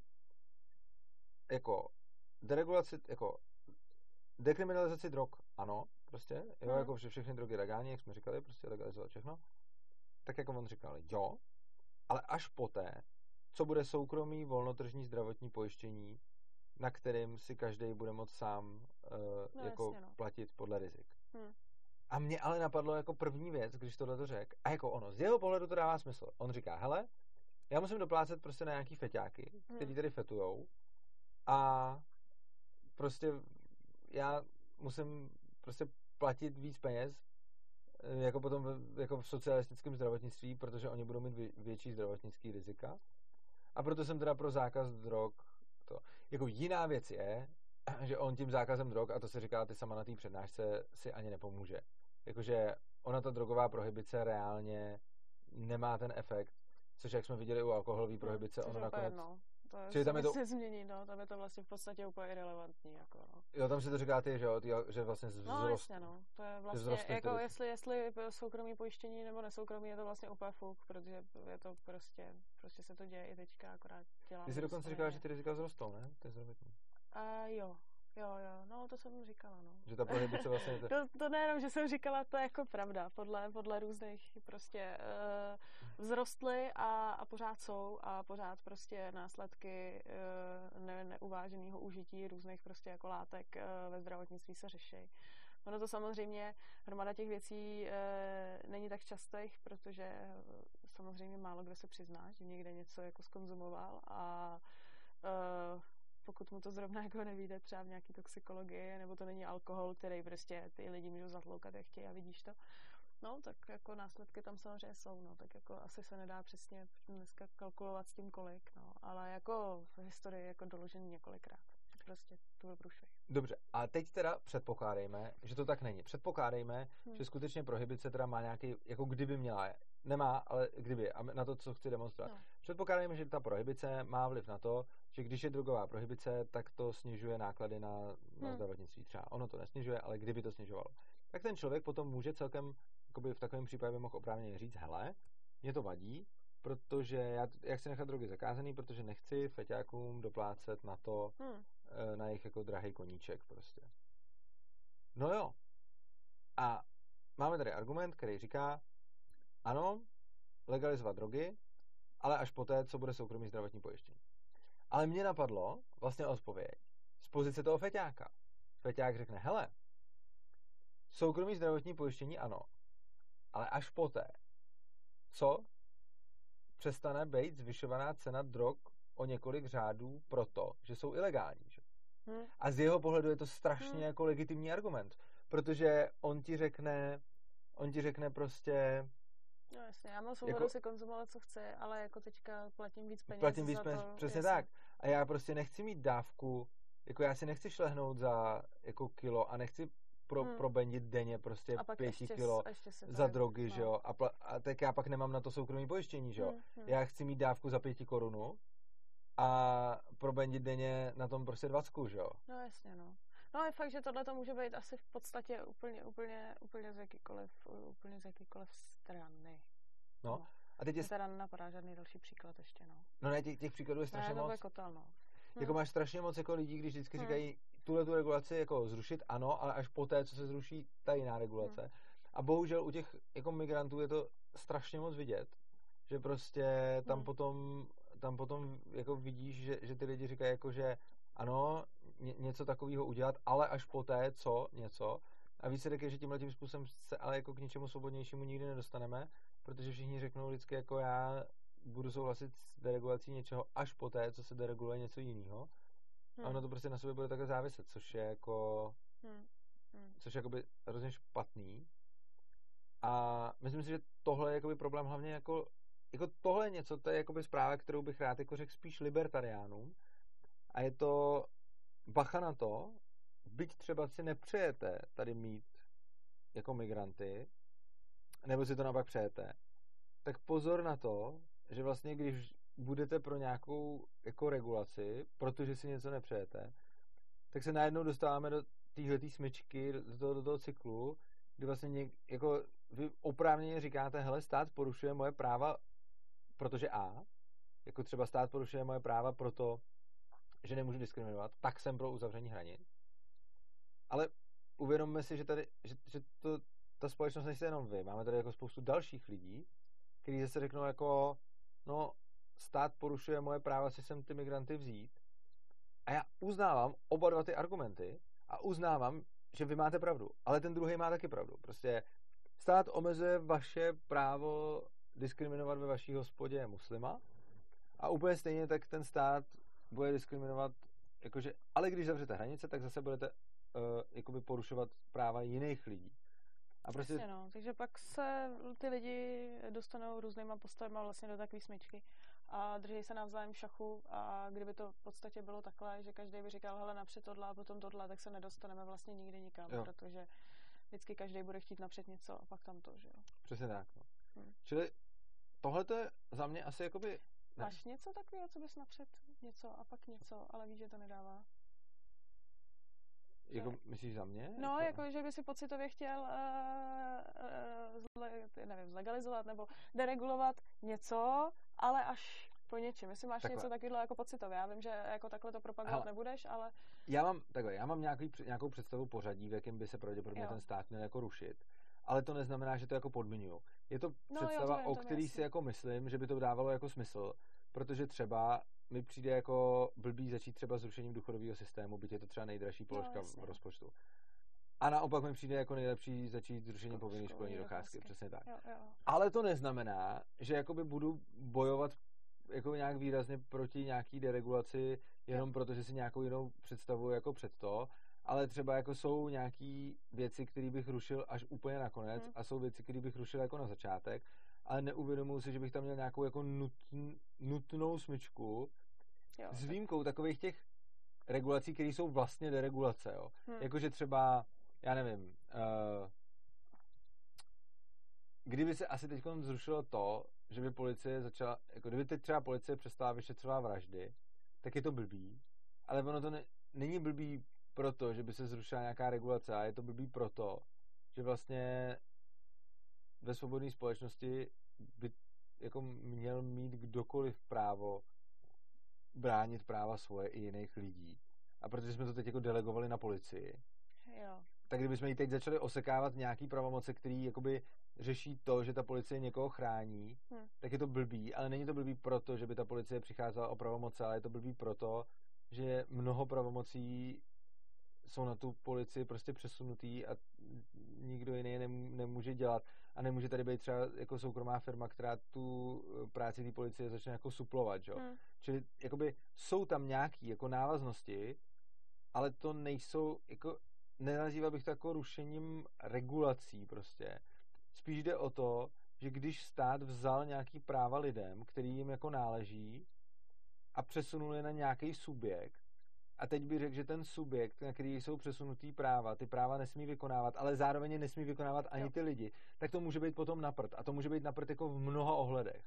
jako deregulaci, jako dekriminalizaci drog, ano, prostě, jo, jako že všechny drogy legální, jak jsme říkali, prostě legalizovat všechno. Tak jako on říkal, jo, ale až poté, co bude soukromý volnotržní zdravotní pojištění, na kterým si každý bude moct sám platit podle rizik. A mě ale napadlo jako první věc, když tohle to řekl, a jako ono, z jeho pohledu to dává smysl. On říká, hele, já musím doplácet prostě na nějaký feťáky, který tady fetujou, a prostě já musím prostě platit víc peněz, jako potom jako v socialistickém zdravotnictví, protože oni budou mít větší zdravotnický rizika. A proto jsem teda pro zákaz drog. To. Jako jiná věc je, že on tím zákazem drog, a to se říká ty sama na té přednášce, si ani nepomůže. Jakože ona ta drogová prohibice reálně nemá ten efekt, což jak jsme viděli u alkoholové prohibice, ono nakonec... Čili tam je to se změní, no, tam je to vlastně v podstatě úplně irelevantní, jako, no. Jo, tam si to říká ty, že jo, že vlastně vzrost. No, jasně, no, to je vlastně, jako jestli soukromý pojištění nebo nesoukromý, je to vlastně úplně fuk, protože je to prostě se to děje i teďka, akorát děláme. Ty jsi dokonce říkala, že ty rizika vzrostou, ne? To je zdravotní. Jo, no, to jsem říkala, no. Že ta prohibice vlastně... To nejenom, že jsem říkala, to je jako pravda, podle různých prostě vzrostly a pořád jsou a pořád prostě následky neuváženého užití různých prostě jako látek ve zdravotnictví se řeší. Ono to samozřejmě, hromada těch věcí není tak častých, protože samozřejmě málo kdo se přizná, že někde něco jako skonzumoval a pokud mu to zrovna jako nevyjde třeba v nějaký toxikologii, nebo to není alkohol, který prostě ty lidi můžou zatloukat, jak chtějí a vidíš to. No, tak jako následky tam samozřejmě jsou, no, tak jako asi se nedá přesně dneska kalkulovat s tím kolik, no, ale jako v historii jako doložený několikrát. Prostě to byl průšvih. Dobře, a teď teda předpokládejme, že to tak není. Předpokládejme, že skutečně prohibice teda má nějaký, jako kdyby měla, nemá, ale kdyby, a na to, co chci demonstrovat. No. Předpokládejme, že ta prohibice má vliv na to, že když je drogová prohibice, tak to snižuje náklady na zdravotnictví. Třeba ono to nesnižuje, ale kdyby to snižovalo. Tak ten člověk potom může celkem, jakoby v takovém případě by mohl oprávněně říct, hele, mě to vadí, protože já chci nechat drogy zakázaný, protože nechci feťákům doplácet na to, na jejich jako drahý koníček prostě. No jo. A máme tady argument, který říká, ano, legalizovat drogy, ale až poté, co bude soukromý zdravotní pojištění. Ale mě napadlo vlastně odpověď z pozice toho feťáka. Feťák řekne, hele, soukromý zdravotní pojištění ano, ale až poté, co přestane být zvyšovaná cena drog o několik řádů proto, že jsou ilegální. Že? A z jeho pohledu je to strašně jako legitimní argument, protože on ti řekne prostě... No jasně, já mám svobodu si konzumovat, co chci, ale jako teďka platím víc peněz za to. Přesně tak. A já prostě nechci mít dávku, jako já si nechci šlehnout za jako kilo a nechci probendit denně prostě 5 kilo za drogy, no. Že jo, a tak já pak nemám na to soukromý pojištění, že jo. Já chci mít dávku za 5 korun a probendit denně na tom prostě 20, že jo. No jasně, no. No je fakt, že tohle to může být asi v podstatě úplně z jakýkoliv strany. No. A teď teda nenapadá žádný další příklad ještě, no. No ne, těch příkladů je strašně moc. To kotel, no. Jako máš strašně moc jako lidí, když vždycky říkají tu regulaci jako zrušit, ano, ale až poté, co se zruší ta jiná regulace. A bohužel u těch jako migrantů je to strašně moc vidět, že prostě tam potom jako vidíš, že ty lidi říkají jako, že ano, něco takového udělat, ale až poté, co něco. A výsledek je, že tímhletím způsobem se ale jako k něčemu svobodnějšímu nikdy nedostaneme, protože všichni řeknou vždycky jako já budu souhlasit s deregulací něčeho až poté, co se dereguluje něco jiného. A ono to prostě na sobě bude takhle záviset, což je jako což je jakoby hrozně špatný. A myslím si, že tohle je jakoby problém hlavně jako tohle je něco, to je jakoby zpráva, kterou bych rád jako řekl spíš libertariánům. A je to bacha na to, byť třeba si nepřejete tady mít jako migranty, nebo si to naopak přejete, tak pozor na to, že vlastně když budete pro nějakou jako regulaci, protože si něco nepřejete, tak se najednou dostáváme do téhletý smyčky, do toho cyklu, kdy vlastně jako vy oprávněně říkáte, hele, stát porušuje moje práva, protože jako třeba stát porušuje moje práva proto, že nemůžu diskriminovat, tak jsem pro uzavření hranic. Ale uvědomme si, že tady, že ta společnost nejste jenom vy. Máme tady jako spoustu dalších lidí, kteří zase řeknou jako, no, stát porušuje moje práva si sem ty migranty vzít. A já uznávám oba dva ty argumenty a uznávám, že vy máte pravdu. Ale ten druhý má taky pravdu. Prostě stát omezuje vaše právo diskriminovat ve vaší hospodě muslima a úplně stejně tak ten stát bude diskriminovat, jakože, ale když zavřete hranice, tak zase budete jakoby porušovat práva jiných lidí. A prostě... Jasně, no. Takže pak se ty lidi dostanou různýma postavama vlastně do takové smyčky a drží se navzájem v šachu a kdyby to v podstatě bylo takhle, že každý by říkal, hele, napřed tohle a potom tohle, tak se nedostaneme vlastně nikdy nikam, protože vždycky každý bude chtít napřed něco a pak tam to, že jo. Přesně tak, no. Čili tohle to je za mě asi jakoby... Máš něco takového, co bys napřed něco a pak něco, ale víš, že to nedává. Jako myslíš za mě? No, jako že by si pocitově chtěl zlegalizovat nebo deregulovat něco, ale až po něčem. Jestli máš něco takového jako pocitově. Já vím, že jako takhle to propagovat nebudeš, ale... Já mám nějakou představu pořadí, v jakém by se pravděpodobně ten stát měl jako rušit. Ale to neznamená, že to jako podmiňuju. Je to představa, o který si jako myslím, že by to dávalo jako smysl, protože třeba mi přijde jako blbý začít třeba zrušením důchodového systému, byť je to třeba nejdražší položka v rozpočtu. A naopak mi přijde jako nejlepší začít zrušením povinné školní docházky, přesně tak. Jo. Ale to neznamená, že jakoby budu bojovat jako nějak výrazně proti nějaký deregulaci jenom proto, že si nějakou jinou představu jako před to, ale třeba jako jsou nějaký věci, které bych rušil až úplně nakonec a jsou věci, které bych rušil jako na začátek, ale neuvědomuji si, že bych tam měl nějakou jako nutnou smyčku s výjimkou takových těch regulací, které jsou vlastně deregulace, jo. Jakože třeba, já nevím, kdyby se asi teď zrušilo to, že by policie začala, jako kdyby teď třeba policie přestala vyšetřovat vraždy, tak je to blbý, ale ono to není blbý proto, že by se zrušila nějaká regulace, a je to blbý proto, že vlastně ve svobodné společnosti by jako měl mít kdokoliv právo bránit práva svoje i jiných lidí. A protože jsme to teď jako delegovali na policii, tak kdybychom jí teď začali osekávat nějaký pravomoce, který jakoby řeší to, že ta policie někoho chrání, tak je to blbý, ale není to blbý proto, že by ta policie přicházela o pravomoce, ale je to blbý proto, že mnoho pravomocí jsou na tu policii prostě přesunutý a nikdo jiný je nemůže dělat a nemůže tady být třeba jako soukromá firma, která tu práci té policie začne jako suplovat, jo. Čili jakoby jsou tam nějaký jako návaznosti, ale to nejsou jako, nenazýval bych to jako rušením regulací prostě. Spíš jde o to, že když stát vzal nějaký práva lidem, který jim jako náleží a přesunul je na nějaký subjekt, a teď bych řekl, že ten subjekt, na který jsou přesunutý práva, ty práva nesmí vykonávat, ale zároveň je nesmí vykonávat ani ty lidi, tak to může být potom na prd. A to může být na prd jako v mnoha ohledech.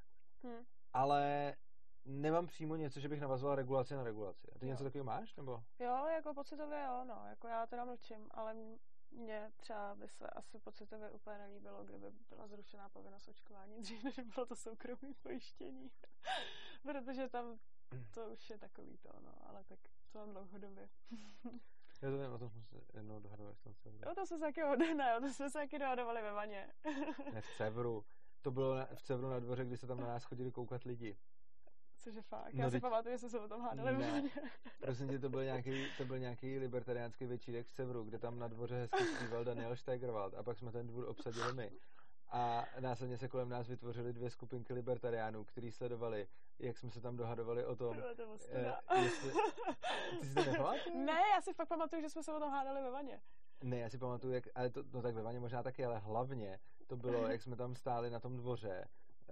Ale nemám přímo něco, že bych navazoval regulaci na regulaci. A ty něco takového máš? Nebo? Jo, jako pocitově jo, no. Jako já teda mlčím, ale mně třeba by se asi pocitově úplně nelíbilo, kdyby byla zrušená povinnost očkování, dřív než bylo to soukromé pojištění. Protože tam to už je takový to, no, ale tak to mám dlouhodobě. Já to nevím, o tom jsme se jednou dohadovali. O tom jsme se taky dohadovali ve vaně. Ne, v Cevru. To bylo v Cevru na dvoře, kdy se tam na nás chodili koukat lidi. Cože fakt? Já si pamatuju, že jsme se o tom hádali ve vaně. Prosím tě, to byl nějaký libertariánský večírek v Cevru, kde tam na dvoře hezky zpíval Daniel Steigerwald a pak jsme ten dvůr obsadili my. A následně se kolem nás vytvořily 2 skupinky libertariánů, kteří sledovali, jak jsme se tam dohadovali o tom. Jestli... Ty si to nepamatuješ? Ne, já si fakt pamatuju, že jsme se o tom hádali ve vaně. Ne, já si pamatuju, ale to, no tak ve vaně možná taky, ale hlavně to bylo, jak jsme tam stáli na tom dvoře,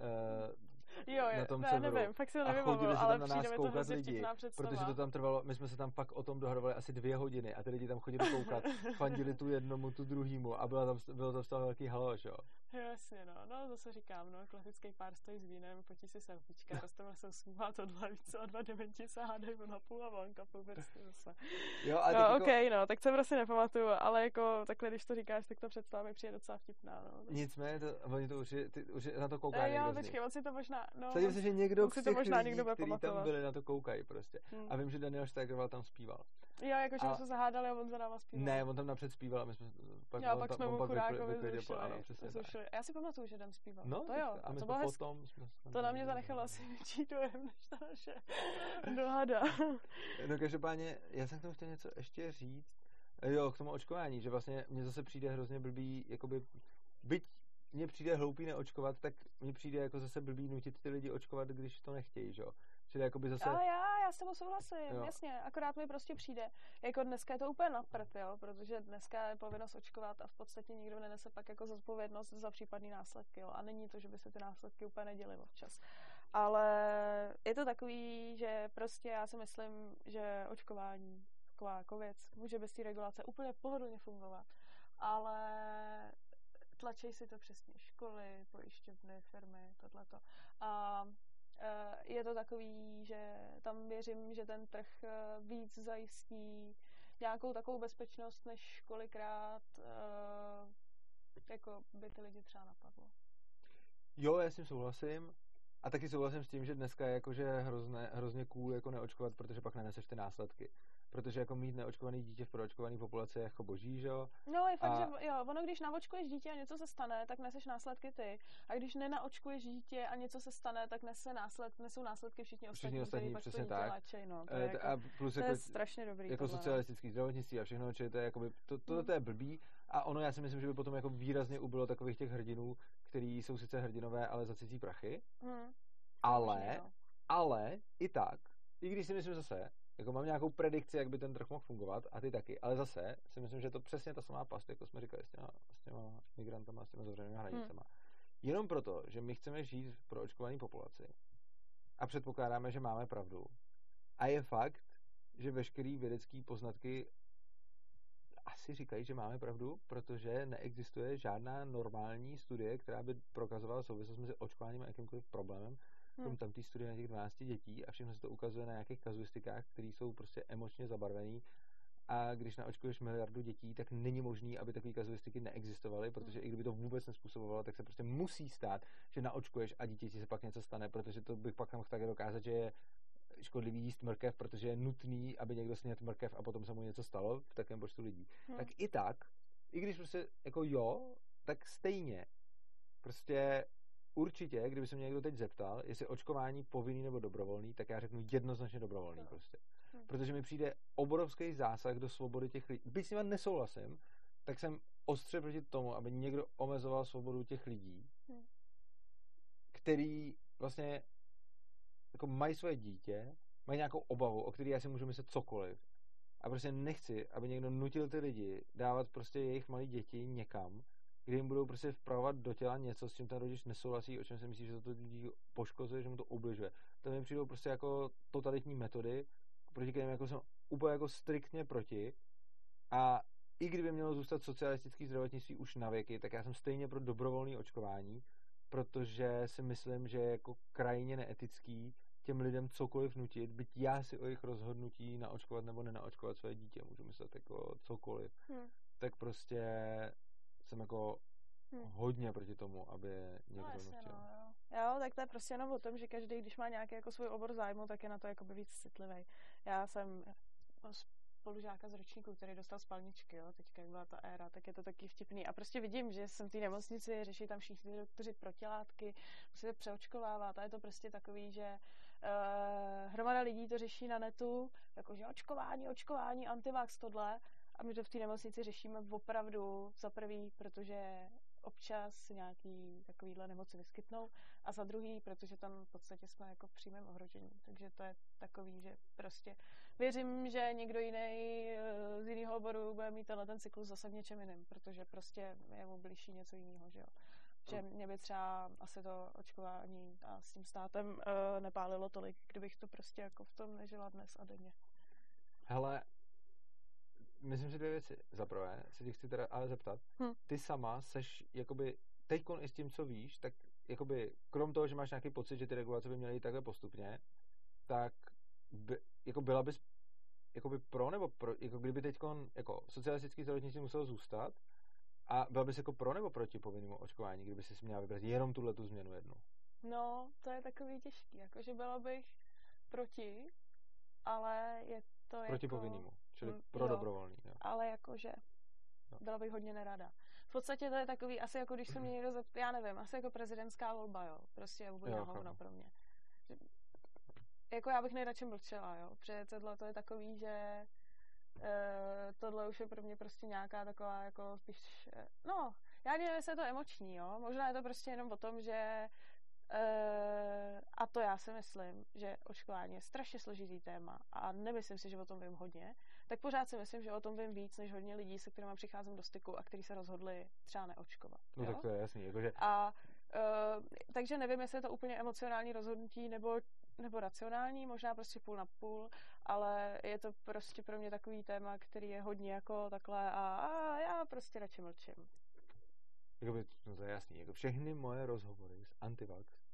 na tom Cevru, nevím, fakt si to a chodili se tam na nás koukat lidi, představa. protože to tam trvalo, my jsme se tam fakt o tom dohadovali asi 2 hodiny a ty lidi tam chodili koukat, fandili tu jednomu, tu druhýmu a bylo to z toho velký haloš, jo. Jasně, no, zase říkám, no, klasický pár stojí s vínem, potí si selfiečka, rozstavil se usmívá tohle, víc a 2 dementi se hádají na půl a vanka půl prostě zase. Jo, ale no, jako... okej, no, tak se prostě nepamatuju, ale jako takhle, když to říkáš, tak to představa mi přijde docela vtipná, no. Nicméně, oni to už na to koukají někdo z nich. Počkej, on si to možná, no. Sadím se, že někdo z těch lidí, kteří tam byli, na to koukají prostě. A vím, že Daniel Steigerwald tam zpíval. Jo, jakože jsme se zahádali a on za náma zpíval. Ne, on tam napřed zpíval a my jsme pak jsme mu chudákovi zrušili. Ano, přesně. Já si pamatuju, že tam zpíval. No, to jo. A my to jsme potom... To na mě zanechalo asi větší dojem, než ta naše dohada. No každopádně, já jsem k tomu chtěl něco ještě říct. Jo, k tomu očkování, že vlastně mně zase přijde hrozně blbý, jakoby, byť mně přijde hloupý neočkovat, tak mně přijde jako zase blbý nutit ty lidi očkovat, když to nechtějí, že jo. Čili jakoby zase... Ale já s tebou souhlasím, jo. Jasně, akorát mi prostě přijde, jako dneska je to úplně na prd, jo, protože dneska je povinnost očkovat a v podstatě nikdo nenese pak jako zodpovědnost za případné následky, jo, a není to, že by se ty následky úplně neděly občas. Ale je to takový, že prostě já si myslím, že očkování, taková jako věc, může bez té regulace úplně pohodlně fungovat, ale tlačí si to přesně školy, pojišťovny, firmy, tohleto. A je to takový, že tam věřím, že ten trh víc zajistí nějakou takovou bezpečnost, než kolikrát jako by ty lidi třeba napadlo. Jo, já s tím souhlasím. A taky souhlasím s tím, že dneska je jakože hrozně cool jako neočkovat, protože pak neneseš ty následky. Protože jako mít neočkovaný dítě v proočkované populaci je jako boží, že jo? No je fakt, že jo, ono když naočkuješ dítě a něco se stane, tak neseš následky ty. A když nenaočkuješ dítě a něco se stane, tak nesou následky všichni ostatní pak přesně to tak. Léčej, no. To je jako, a plus to jako, je strašně dobrý. Jako socialistický zdravotnictví a všechno, čili to je jakoby, to je blbý. A ono, já si myslím, že by potom jako výrazně ubylo takových těch hrdinů, který jsou sice hrdinové, ale za cizí prachy. Ale i tak, i když si myslím zase, jako mám nějakou predikci, jak by ten trh mohl fungovat, a ty taky, ale zase si myslím, že je to přesně ta samá past, jako jsme říkali, s těma migrantama, s těma zavřenými hranicema. Jenom proto, že my chceme žít v proočkované populaci a předpokládáme, že máme pravdu. A je fakt, že veškerý vědecký poznatky asi říkají, že máme pravdu, protože neexistuje žádná normální studie, která by prokazovala souvislost mezi očkováním a jakýmkoliv problémem. Tam ty studie na těch 12 dětí a všechno se to ukazuje na nějakých kazuistikách, které jsou prostě emočně zabarvený. A když naočkuješ miliardu dětí, tak není možný, aby takové kazuistiky neexistovaly, protože i kdyby to vůbec nespůsobovalo, tak se prostě musí stát, že naočkuješ a dítěti se pak něco stane, protože to bych pak mohl také dokázat, že je škodlivý jíst mrkev, protože je nutný, aby někdo snědl mrkev a potom se mu něco stalo v takovém počtu lidí. Tak i tak, i když prostě jako jo, tak stejně prostě určitě, kdyby se mě někdo teď zeptal, jestli očkování povinný nebo dobrovolný, tak já řeknu jednoznačně dobrovolný prostě. Protože mi přijde obrovský zásah do svobody těch lidí. Byť s nimi nesouhlasím, tak jsem ostře proti tomu, aby někdo omezoval svobodu těch lidí, který vlastně jako mají svoje dítě, mají nějakou obavu, o který já si můžu myslet cokoliv. A prostě nechci, aby někdo nutil ty lidi dávat prostě jejich malé děti někam, kde jim budou prostě vpravovat do těla něco, s čím ten rodič nesouhlasí, o čem si myslí, že to lidi poškozuje, že mu to ubližuje. To mi přijdou prostě jako totalitní metody, proti kterým jako jsem úplně jako striktně proti. A i kdyby mělo zůstat socialistický zdravotnictví už na věky, tak já jsem stejně pro dobrovolné očkování, protože si myslím, že je jako krajně neetický těm lidem cokoliv nutit, byť já si o jejich rozhodnutí naočkovat nebo nenaočkovat své dítě můžu myslet jako cokoliv. Tak prostě jsem jako hodně proti tomu, aby někdo nutil. Jo, tak to je prostě jenom o tom, že každý, když má nějaký jako svůj obor zájmu, tak je na to jakoby víc citlivý. Já jsem spolužáka z ročníku, který dostal spalničky, jo, teďka jak byla ta éra, tak je to taky vtipný. A prostě vidím, že jsem v té nemocnici, řeší tam všichni doktoři protilátky, musíte přeočkovávat a je to prostě takový, že hromada lidí to řeší na netu, jakože očkování, antivax, tohle. A my to v té nemocnici řešíme opravdu za prvý, protože občas nějaký takovýhle nemoci vyskytnou a za druhý, protože tam v podstatě jsme jako v přímém ohrožení. Takže to je takový, že prostě věřím, že někdo jiný z jiného oboru bude mít tenhle ten cyklus zase v něčem jiném, protože prostě je mu blížší něco jiného, že jo. Že mě by třeba asi to očkování a s tím státem nepálilo tolik, kdybych to prostě jako v tom nežila dnes a denně. Hele, myslím si dvě věci. Za prvé se ti chci teda ale zeptat. Ty sama seš jakoby teďkon i s tím, co víš, tak jakoby krom toho, že máš nějaký pocit, že ty regulace by měly jít takhle postupně, tak jako byla bys jakoby pro nebo pro, jako kdyby teďkon jako socialistický zdravotnictví muselo zůstat a byla bys jako pro nebo proti povinnému očkování, kdyby si měla vybrat jenom tuhletu změnu jednu? No, to je takový těžký. Jakože byla bych proti, ale je to proti jako... povinnému, čili pro dobrovolný. Jo. Ale jakože byla bych hodně nerada. V podstatě to je takový, asi jako když se mě někdo zeptá, já nevím, asi jako prezidentská volba, jo. Prostě je úplně hovno pro mě. Jako já bych nejradši mlčela, jo. Protože tohle to je takový, že tohle už je pro mě prostě nějaká taková jako spíš, no, já nevím, jestli je to emoční, jo. Možná je to prostě jenom o tom, že a to já si myslím, že očkování je strašně složitý téma a nemyslím si, že o tom vím hodně, tak pořád si myslím, že o tom vím víc, než hodně lidí, se kterými přicházím do styku a kteří se rozhodli třeba neočkovat. No jo? Tak to je jasný. Jakože... Takže nevím, jestli je to úplně emocionální rozhodnutí nebo racionální, možná prostě půl na půl, ale je to prostě pro mě takový téma, který je hodně jako takhle a já prostě radši mlčím. Jakoby, no to je jasný. Jako všechny moje rozhovory s antivax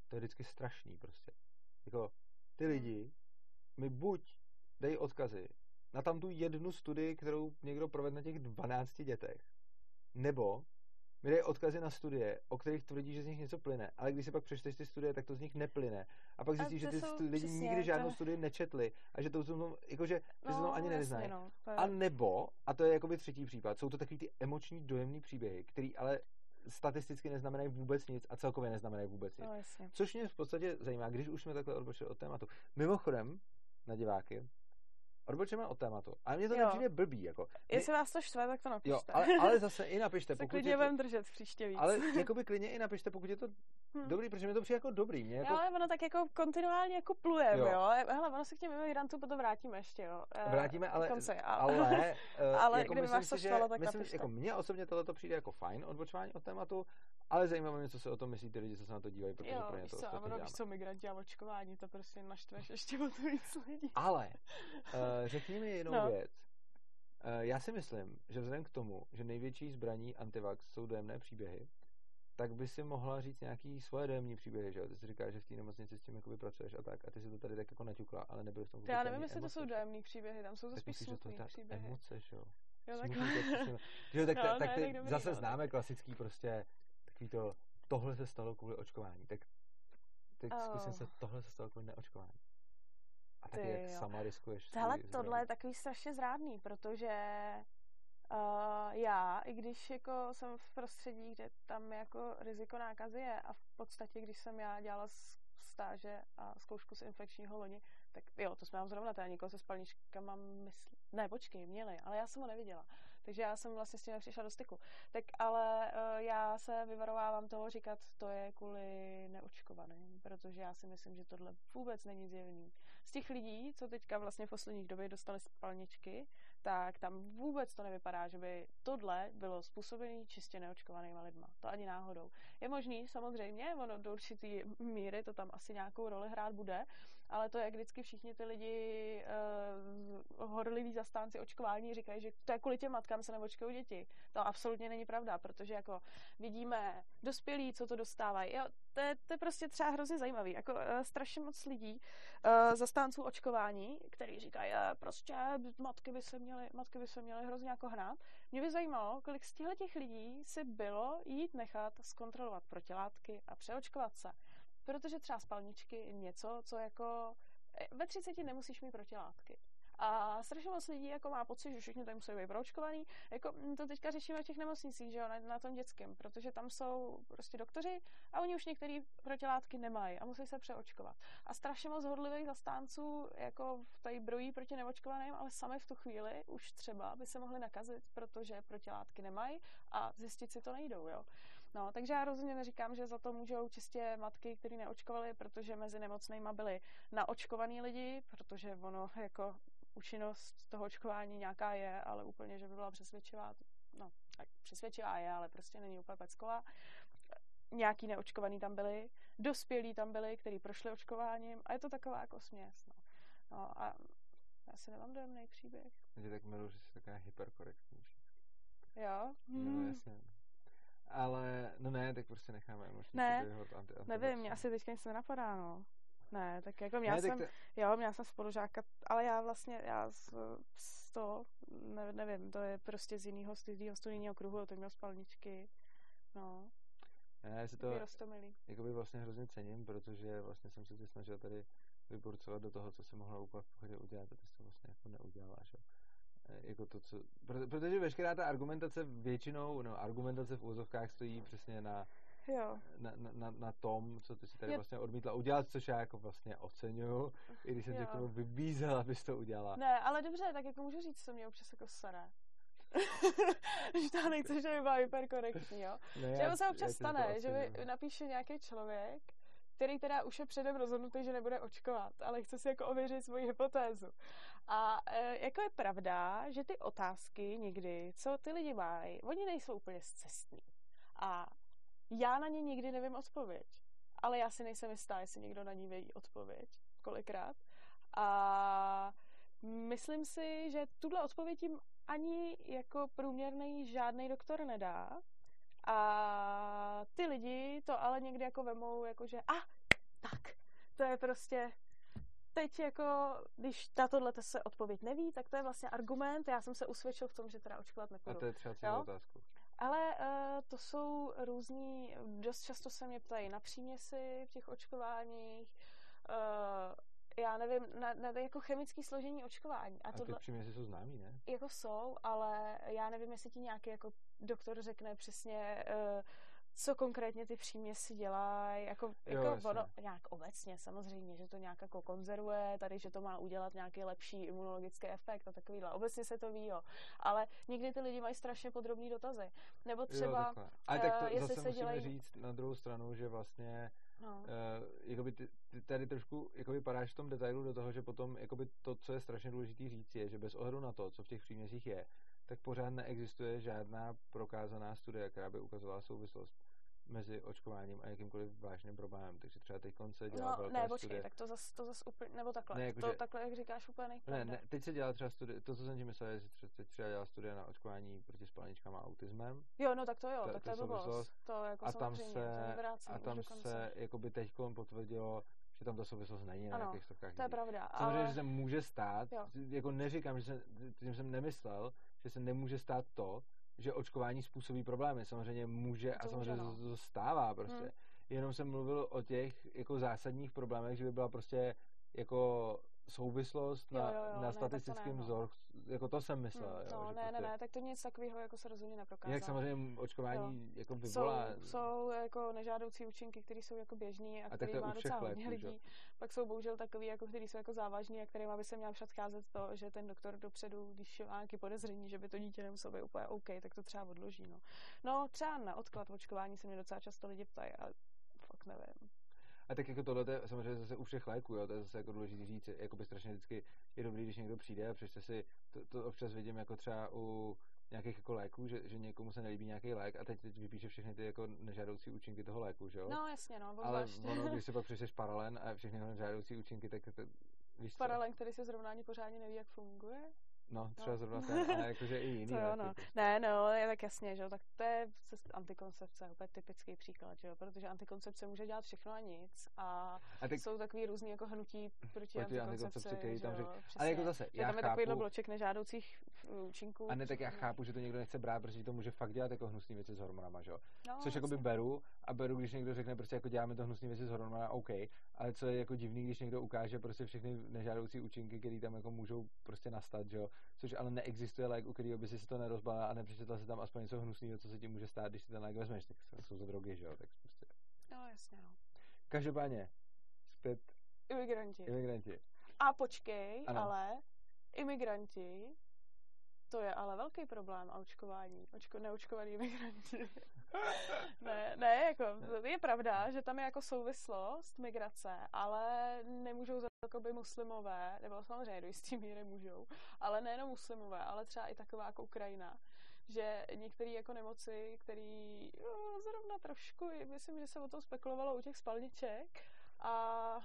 to je vždycky strašný prostě. Jako, ty lidi mi buď dej odkazy na tam tu jednu studii, kterou někdo provedl na těch 12 dětech, nebo mi dej odkazy na studie, o kterých tvrdí, že z nich něco plyne, ale když si pak přečteš ty studie, tak to z nich neplyne. A pak zjistíš, že ty lidi nikdy žádnou studii nečetli a že to jakože, že se tomu ani nevyznají. No, a nebo, a to je jakoby třetí případ, jsou to takový ty emoční dojemný příběhy, který ale statisticky neznamenají vůbec nic a celkově neznamenají vůbec nic. No, což mě v podstatě zajímá, když už jsme takhle odbočili od tématu. Mimochodem, na diváky, odbočíme od tématu. Ale mě to nepřijde blbý. Jako. Jestli vás to štve, tak to napište. Jo, ale zase i napište. Se klidně budeme držet příště víc. Ale jakoby klidně i napište, pokud je to dobrý, protože mi to přijde jako dobrý. Mě jako... Jo, ale ono tak jako kontinuálně jako plujeme, jo. Hele, ono se k těm imigrantům potom vrátíme ještě, jo. Vrátíme, ale ale jako kdyby vás to štvalo, tak napište. Jako mně osobně tohleto přijde jako fajn odbočování od tématu, ale zajímavé mě, co se o tom myslí ty lidi, co se na to dívají, protože pro ně to ostatně děláme. Víš co, migranti a očkování, to prostě naštveš ještě o to víc lidí. Ale řekni mi jinou věc. Já si myslím, že vzhledem k tomu, že největší zbraní antivax jsou dojemné příběhy, tak by si mohla říct nějaký svoje dojemné příběhy, že jo? Ty si říkáš, že v té nemocnici s tím jakoby pracuješ a tak, a ty si to tady tak jako naťukla, ale nebyly v tom. Já nevím, jestli to jsou dojemné příběhy, tam jsou to spíš smutné příběhy. Emoce, že jo? Jo, takhle. Tak ty zase známe klasický prostě takový to, tohle se stalo kvůli očkování, tak zkusím se, tohle se stalo kvůli neočkování. A taky jak sama riskuješ. Ale tohle je takový strašně zrádný, protože já, i když jako jsem v prostředí, kde tam jako riziko nákazy je a v podstatě, když jsem já dělala stáže a zkoušku z infekčního loni, tak jo, to jsme vám zrovna teda nikoho se spalničkama ne, počkej, měli, ale já jsem ho neviděla. Takže já jsem vlastně s tím nepřišla do styku. Tak ale já se vyvarovávám toho říkat, to je kvůli neočkovaným, protože já si myslím, že tohle vůbec není zjevný. Z těch lidí, co teďka vlastně v posledních době dostali spalničky, tak tam vůbec to nevypadá, že by tohle bylo způsobené čistě neočkovanýma lidma. To ani náhodou. Je možný, samozřejmě, ono do určitý míry to tam asi nějakou roli hrát bude, ale to, jak vždycky všichni ty lidi horliví zastánci očkování říkají, že to je kvůli těm matkám se neočkují děti. To absolutně není pravda, protože jako vidíme dospělí, co to dostávají. Jo, to je prostě třeba hrozně zajímavý. Jako strašně moc lidí, zastánců očkování, který říkají, prostě matky by se měly hrozně jako hnát. Mě by zajímalo, kolik z těch lidí si bylo jít nechat zkontrolovat protilátky a přeočkovat se. Protože třeba spalničky je něco, co jako ve 30 nemusíš mít protilátky. A strašně moc lidí jako má pocit, že všichni tady musí být proočkovaný. Jako to teďka řešíme v těch nemocnicích, že jo, na tom dětském, protože tam jsou prostě doktoři a oni už některé protilátky nemají a musí se přeočkovat. A strašně moc hodlivých zastánců jako tady brojí proti neočkovaným, ale sami v tu chvíli už třeba by se mohli nakazit, protože protilátky nemají a zjistit si to nejdou, jo. No, takže já rozhodně neříkám, že za to můžou čistě matky, které neočkovaly, protože mezi nemocnejma byli naočkovaní lidi, protože ono jako účinnost toho očkování nějaká je, ale úplně, že by byla přesvědčivá, no, tak přesvědčivá je, ale prostě není úplně pecková. Nějaký neočkovaný tam byli, dospělí tam byli, kteří prošli očkováním a je to taková jako směs, no. No a já si nemám dojemný příběh. Je tak milu, že jsi taková hyperkorektní. Jo? No, jasně. Ale, no ne, tak prostě necháme emoční příběh od nevím, mě asi teďka nic nenapadá, no. Ne, tak jako měla jsem spolužáka, ale já z toho, nevím, to je prostě z jiného studijního kruhu, to měl spalničky, no. Já si to jakoby vlastně hrozně cením, protože vlastně jsem se tě snažil tady vyburcovat do toho, co si mohla úplně v pohodě udělat, a ty jsi to vlastně jako neudělala, že? Jako to, co, protože veškerá ta argumentace většinou, no, argumentace v úvozovkách stojí přesně na tom, co ty si tady vlastně odmítla udělat, což já jako vlastně oceňuju, i když jsem tě k tomu vybízela, abys to udělala. Ne, ale dobře, tak jako můžu říct, co mě občas jako sere. Že to nechceš, že by byla hyperkorektní, jo? Že se občas stane, že mi napíše nějaký člověk, který teda už je předem rozhodnutý, že nebude očkovat, ale chce si jako ověřit svoji hypotézu. A jako je pravda, že ty otázky někdy, co ty lidi mají, oni nejsou úplně scestní. A já na ně nikdy nevím odpověď. Ale já si nejsem jistá, jestli někdo na ní ví odpověď. Kolikrát. A myslím si, že tuhle odpověď jim ani jako průměrný žádný doktor nedá. A ty lidi to ale někdy jako vemou, jako že to je prostě teď jako, když na tohle se odpověď neví, tak to je vlastně argument. Já jsem se usvědčil v tom, že teda očkovat nepůjdu. A to je třeba celou otázku. Ale to jsou různí, dost často se mě ptají na příměsi v těch očkováních, já nevím, na jako chemické složení očkování. A ty příměsi jsou známý, ne? Jako jsou, ale já nevím, jestli ti nějaký jako doktor řekne přesně, co konkrétně ty příměsi dělají, jako ono, nějak obecně samozřejmě, že to nějak jako konzervuje, tady, že to má udělat nějaký lepší imunologický efekt a takovýhle. Obecně se to ví, jo. Ale někdy ty lidi mají strašně podrobný dotazy. Nebo třeba, ale tak to zase musíme dělají... říct na druhou stranu, že vlastně jakoby ty tady trošku jakoby padáš v tom detailu do toho, že potom jakoby to, co je strašně důležitý říct, je, že bez ohledu na to, co v těch příměsích je, tak pořád neexistuje žádná prokázaná studie, která by ukazovala souvislost mezi očkováním a jakýmkoliv vážným problémem. Takže třeba teď se dělá velká studie. Tak to zas úplně, nebo takhle. Ne, jako, to takhle, jak říkáš, úplně nejpravda. Ne, teď se dělá třeba studie, to, co jsem ti myslel, je, že teď třeba dělá studie na očkování proti spalničkám a autismem. Jo, no tak to jo, tak to je blbost. To jako a tam se jakoby teďkon potvrdilo, že tam ta souvislost není na nějakých stovkách. To je pravda. Samozřejmě, že se může stát, jako neříkám, že tím jsem nemyslel, že se nemůže stát to, že očkování způsobí problémy. Samozřejmě může a samozřejmě to stává prostě. Jenom jsem mluvil o těch jako zásadních problémech, že by byla prostě jako souvislost na statistickém vzorku. Jako to jsem myslel. Ne, tak to nic takového jako se rozhodně neprokázalo. Jak samozřejmě očkování jako vyvolá. Jsou jako nežádoucí účinky, které jsou jako běžný a které má docela hodně lidí. Pak jsou bohužel takový, jako který jsou jako závažný a kterým by se měl předcházet to, že ten doktor dopředu, když má nějaké podezření, že by to dítě nemuselo být úplně OK, tak to třeba odloží. No třeba na odklad očkování se mě docela často lidi ptají a fakt nevím. A tak jako tohle je samozřejmě zase u všech léků, jo, to je zase jako důležitý říct, jako by strašně vždycky je dobrý, když někdo přijde a přečte si, to občas vidím jako třeba u nějakých jako léků, že někomu se nelíbí nějaký lék a teď vypíše všechny ty jako nežádoucí účinky toho léku, že jo? No jasně, no. Ale ono, když si pak přečteš Paralen a všechny nežádoucí účinky, tak to, víš co? Paralen, který se zrovna ani pořádně neví, jak funguje. No, třeba zrovna ten, ale jakože i jiný. Jo, no. Ne, je tak jasně, že jo, tak to je antikoncepce, úplně typický příklad, že jo, protože antikoncepce může dělat všechno a nic a jsou takový různý jako hnutí proti antikoncepci, který tam řek, ale jako zase, já tam je takovýhle bloček nežádoucích účinků. A ne, tak já chápu, že to někdo nechce brát, protože to může fakt dělat jako hnusný věci s hormonama, že jo. No, což jakoby beru, když někdo řekne prostě jako děláme to hnusný věci s hormonama, OK, ale co je jako divný, když někdo ukáže prostě všechny nežádoucí účinky, které tam jako můžou prostě nastat, že jo. Což ale neexistuje lék, u kterého by si to nerozbala a nepřečetla si tam aspoň něco hnusného, co se ti může stát, když si ten lék vezmeš, tak jsou to drogy, že jo, tak prostě. No, jasně, no. Každopádně, zpět. Imigranti. A počkej, ano. Ale imigranti, to je ale velký problém a očkování. Neočkovaní imigranti. ne, jako je pravda, že tam je jako souvislost migrace, ale nemůžou za to by muslimové, nebo samozřejmě do jistý míry můžou, ale nejenom muslimové, ale třeba i taková jako Ukrajina, že některé jako nemoci, které zrovna trošku, myslím, že se o tom spekulovalo u těch spalniček a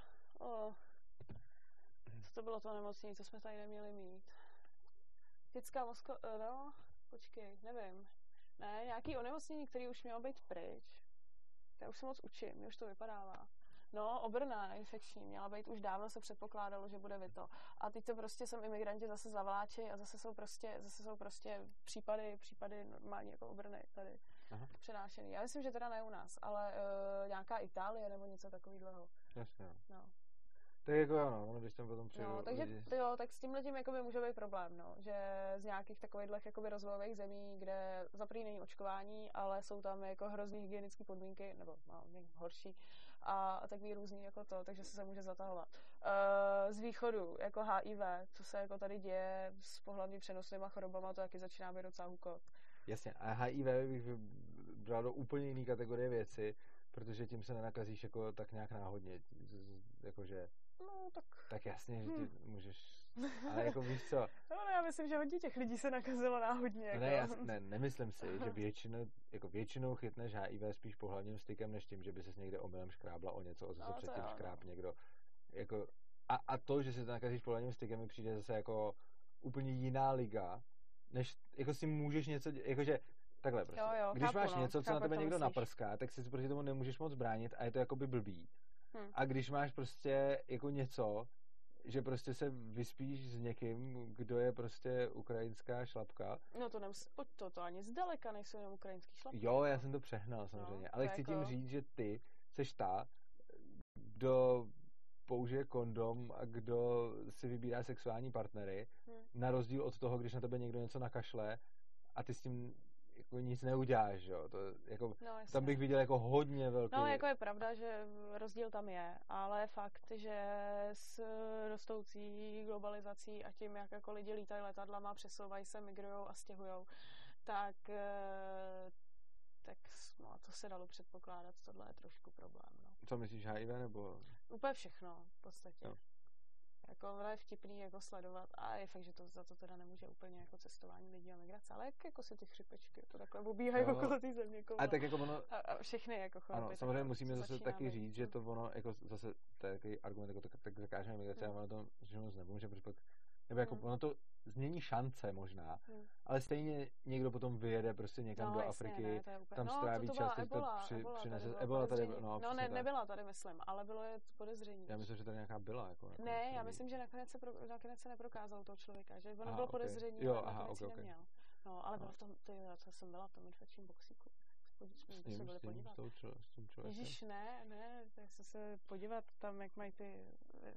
co to bylo to nemocní, co jsme tady neměli mít? Dětská počkej, nevím. Ne, nějaký onemocnění, který už mělo být pryč. Já už se moc učím, mě už to vypadává. No, obrna infekční měla být, už dávno se předpokládalo, že bude to. A teď to prostě sem imigranti zase zavláčí a zase jsou prostě případy normální jako obrny tady přenášený. Já myslím, že teda ne u nás, ale nějaká Itálie nebo něco takového. Jasně. No. Tak jako ano, když tam potom přijdu takže tak s tímhletím jakoby může být problém, že z nějakých takových jakoby rozvojových zemí, kde za prý není očkování, ale jsou tam jako hrozný hygienické podmínky, nebo horší, a takový různý jako to, takže se může zatahovat. Z východu, jako HIV, co se jako tady děje s pohlavně přenosnýma chorobama, to taky začíná být docela hukot. Jasně, a HIV bych bral do úplně jiný kategorie věci, protože tím se nenakazíš jako tak nějak náhodně, jakože no, tak jasně, že ty můžeš, ale jako víš co. No, já myslím, že hodně těch lidí se nakazilo náhodně. Jako. Nemyslím si, že většinou chytneš HIV spíš pohlavním stykem, než tím, že by ses někde omylem škrábla o něco, o co se předtím škráb někdo. Jako, a to, že se to nakazíš pohlavním stykem, mi přijde zase jako úplně jiná liga, než jako si můžeš něco, jakože takhle prostě. Jo, když máš něco, co na tebe někdo naprská, tak si proti tomu nemůžeš moc bránit a je to jakoby blbý. A když máš prostě jako něco, že prostě se vyspíš s někým, kdo je prostě ukrajinská šlapka. No to ani zdaleka nejsou jenom ukrajinský šlapky. Jo, já jsem to přehnal samozřejmě, ale chci tím říct, že ty seš ta, kdo použije kondom a kdo si vybírá sexuální partnery, na rozdíl od toho, když na tebe někdo něco nakašle a ty s tím jako nic neuděláš, jo. To, jako, tam bych viděl jako hodně velký... No, jako je pravda, že rozdíl tam je, ale fakt, že s rostoucí globalizací a tím, jak jako lidi lítají letadlama, přesouvají se, migrujou a stěhujou, tak no, to se dalo předpokládat, tohle je trošku problém. No. Co myslíš, HIV nebo? Úplně všechno, v podstatě. No. Jako je vtipný jako sledovat a je fakt, že to za to teda nemůže úplně jako cestování lidí a migrace, ale jako si ty chřipečky, to takhle obíhají okolo té země. A tak jako ono... A všechny jako chlapy. Ano, samozřejmě musíme zase taky říct, že to ono, jako zase, to je takový argument, jako tak zakážeme migraci a ono to že moc nepomůže, protože nebo jako ono to změní šance možná, ale stejně někdo potom vyjede prostě někam do Afriky, tam stráví čas, teď to přinese. Ebola tady, nebyla tady, myslím, ale bylo je podezření. Já myslím, že tady nějaká byla. Jako ne, já myslím, že nakonec se neprokázalo toho člověka, že ono bylo podezření, ale nakonec ji neměl. No, ale bylo v tom, co jsem byla v tom infekčním boxíku. S tím člověkem? Ježíš, ne, tak se podívat tam, jak mají ty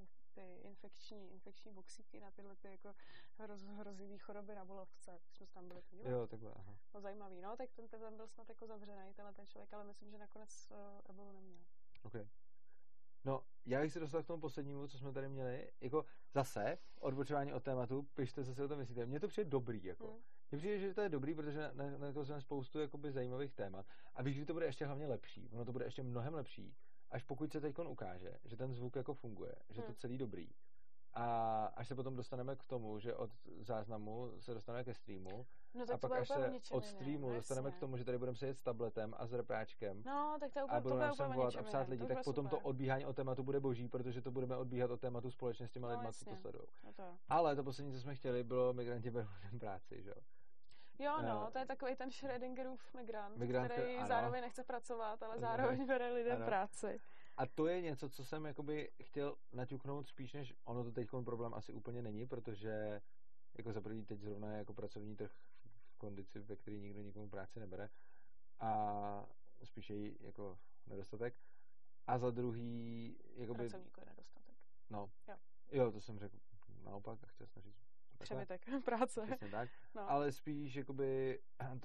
infekční boxíky na tyhle ty jako hrozivý choroby na bolovce. Jsme tam byli podívat. Jo, takhle, aha. No, zajímavý, no, tak ten tam byl snad jako zavřený, ten člověk, ale myslím, že nakonec ebolu neměl. Okay. No, já bych se dostal k tomu poslednímu, co jsme tady měli. Jako zase, odbočování od tématu, pište, co si o tom myslíte. Mně to přijde dobrý, jako. Mně přijde, že to je dobrý, protože na to jsme spoustu jakoby zajímavých témat. A víš, že to bude ještě hlavně lepší. Ono to bude ještě mnohem lepší, až pokud se teďkon ukáže, že ten zvuk jako funguje, že to celý dobrý. A až se potom dostaneme k tomu, že od záznamu se dostaneme ke streamu, no, a pak až se od streamu dostaneme k tomu, že tady budeme sedět s tabletem a s repráčkem, no, tak to úplně, a budeme nám sem volat a psát lidi, tak potom super. to odbíhání od tématu bude boží, protože to budeme odbíhat od tématu společně s těma lidma, co to sledují. Ale to poslední, co jsme chtěli, bylo migranti berou lidem práci, že jo? Jo, no, to je takový ten Schrödingerův migrant, který ano. zároveň nechce pracovat, ale zároveň bere lidem práci. A to je něco, co jsem jakoby chtěl naťuknout spíš, než ono to teď problém asi úplně není, protože jako za první teď zrovna je jako pracovní trh v kondici, ve které nikdo nikomu práci nebere a spíš je jako nedostatek. A za druhý jakoby... Pracovníků je nedostatek. No. Jo, to jsem řekl naopak a chtěl jsem říct. Přebytek práce. Přesně tak. No. Ale spíš jakoby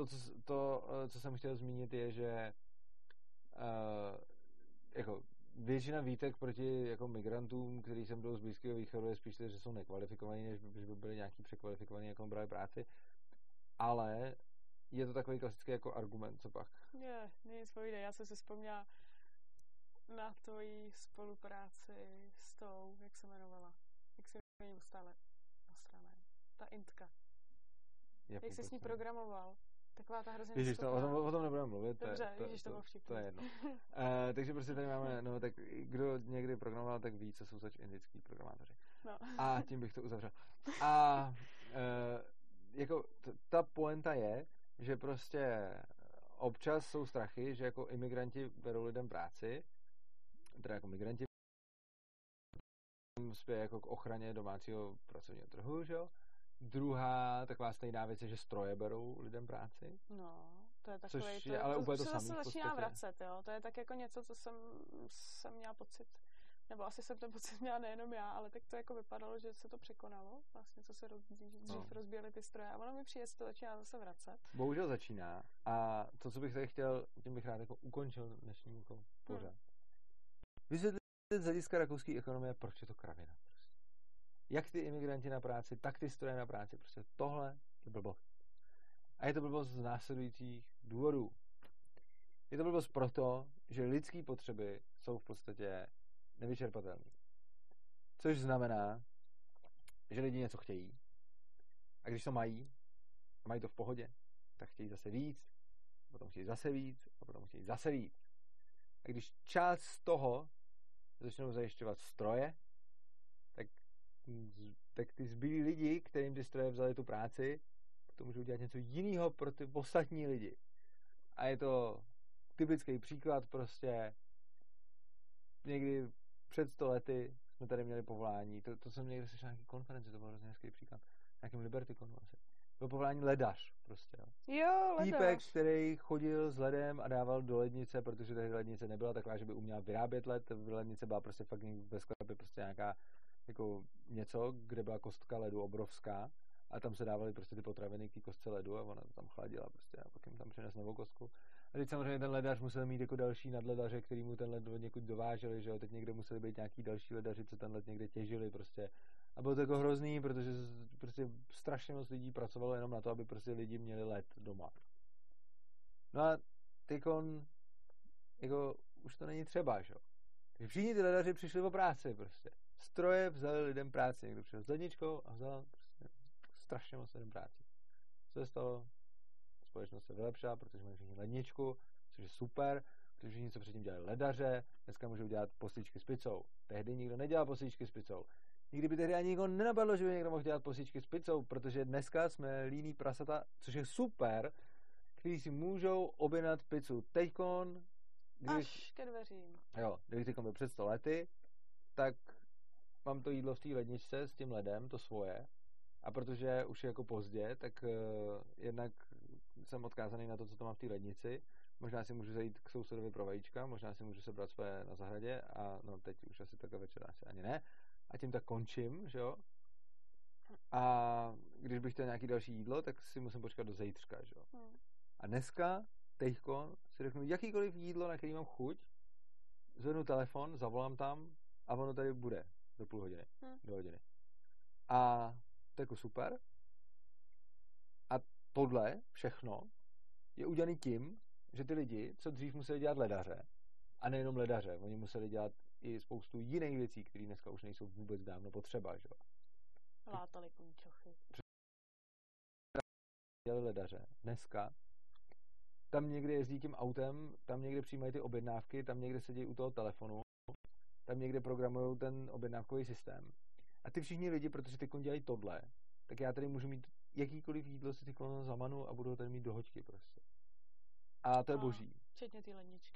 co jsem chtěl zmínit je, že jako většina výtek proti jako migrantům, kteří sem jdou z Blízkého východu, je spíš to, že jsou nekvalifikovaní, než by byli nějaký překvalifikovaní, jako brali práci. Ale je to takový klasický jako argument, co pak? Nic povídej. Já jsem si vzpomněla na tvojí spolupráci s tou, jak se jmenovala. Jak se jmenovala stále nasrané. Ta Intka. Jak jsi s ní programoval. Taková ta hrozně Ježiš, o tom nebudeme mluvit. Dobře, to bylo vtipný. To je jedno. Takže prostě tady máme, no tak kdo někdy programoval, tak ví, co jsou zač indický programátoři. No. A tím bych to uzavřel. A jako ta pointa je, že prostě občas jsou strachy, že jako imigranti berou lidem práci, teda jako migranti spěje jako k ochraně domácího pracovního trhu, že jo? Druhá taková stejná věc je, že stroje berou lidem práci. No, to je takový... Což je ale úplně to samé. To se začíná vracet, jo. To je tak jako něco, co jsem měla pocit, nebo asi jsem ten pocit měla nejenom já, ale tak to jako vypadalo, že se to překonalo, vlastně, co se dřív rozbíjely ty stroje. A ono mi přijde, že to začíná zase vracet. Bohužel začíná. A to, co bych tady chtěl, tím bych rád jako ukončil dnešní jako pořad. Vysvětlit z hlediska rakouské ekonomie, proč je to kravina. Jak ty imigranti na práci, tak ty stroje na práci. Prostě tohle je blbost. A je to blbost z následujících důvodů. Je to blbost proto, že lidské potřeby jsou v podstatě nevyčerpatelné. Což znamená, že lidi něco chtějí. A když to mají, a mají to v pohodě, tak chtějí zase víc, potom chtějí zase víc, a potom chtějí zase víc. A když část z toho začnou zajišťovat stroje, tak ty zbylí lidi, kterým ty stroje vzali tu práci, potom můžou dělat něco jiného pro ty ostatní lidi. A je to typický příklad prostě někdy před 100 lety jsme tady měli povolání, to jsem někde slyšel na nějaký konferenci, to byl hrozně hezký příklad, nějakým Liberty konferenci. Bylo povolání ledař prostě. Jo, ledař. Týpek, který chodil s ledem a dával do lednice, protože ta lednice nebyla taková, že by uměla vyrábět led, lednice byla prostě fakt ve sklepě prostě nějaká jako něco, kde byla kostka ledu obrovská a tam se dávaly prostě ty potraviny k té kostce ledu a ona to tam chladila prostě a pak jim tam přines novou kostku. A teď samozřejmě ten ledař musel mít jako další nadledaře, který mu ten led někud dováželi, že jo, teď někde museli být nějaký další ledaři, co ten led někde těžili prostě. A bylo to jako hrozný, protože prostě strašně moc lidí pracovalo jenom na to, aby prostě lidi měli led doma. No a tykon jako už to není třeba, že jo. Takže všichni ty ledaři přišli o práci prostě. Stroje vzali lidem práci. Někdo přišel s ledničkou a vzal prostě strašně moc lidem práci. Co se stalo? Společnost se vylepšila, protože mají všichni ledničku, což je super, protože všichni, co předtím dělali ledaře, dneska můžou dělat postičky s pizzou. Tehdy nikdo nedělal postičky s pizzou. Nikdy by tehdy ani nikoho nenapadlo, že by někdo mohl dělat postičky s pizzou, protože dneska jsme líní prasata, což je super, kteří si můžou objednat pizzu teďkon, až ke dveřím. Jo, kdybych teďkon byl před 100 lety, tak mám to jídlo v té ledničce s tím ledem, to svoje, a protože už je jako pozdě, tak jednak jsem odkázaný na to, co to mám v té lednici. Možná si můžu zajít k sousedovi pro vajíčka, možná si můžu sebrat své na zahradě a no teď už asi takhle večer asi ani ne. A tím tak končím, že jo. A když bych chtěl nějaký další jídlo, tak si musím počkat do zítřka, že jo. A dneska, teďko, si řeknu jakýkoliv jídlo, na který mám chuť, zvednu telefon, zavolám tam a ono tady bude do půl hodiny, do hodiny. A to je jako super. A tohle všechno je udělaný tím, že ty lidi, co dřív museli dělat ledaře, a nejenom ledaře, oni museli dělat i spoustu jiných věcí, které dneska už nejsou vůbec dávno potřeba, že jo. Látali punčochy. Dělali ledaře. Dneska tam někde jezdí tím autem, tam někde přijímají ty objednávky, tam někde sedí u toho telefonu, tam někde programují ten objednávkový systém. A ty všichni lidi, protože ty dělají tohle, tak já tady můžu mít jakýkoliv jídlo, si ty zamanu a budu ho tady mít do hoďky prostě. A to je boží. Včetně ty ledničky.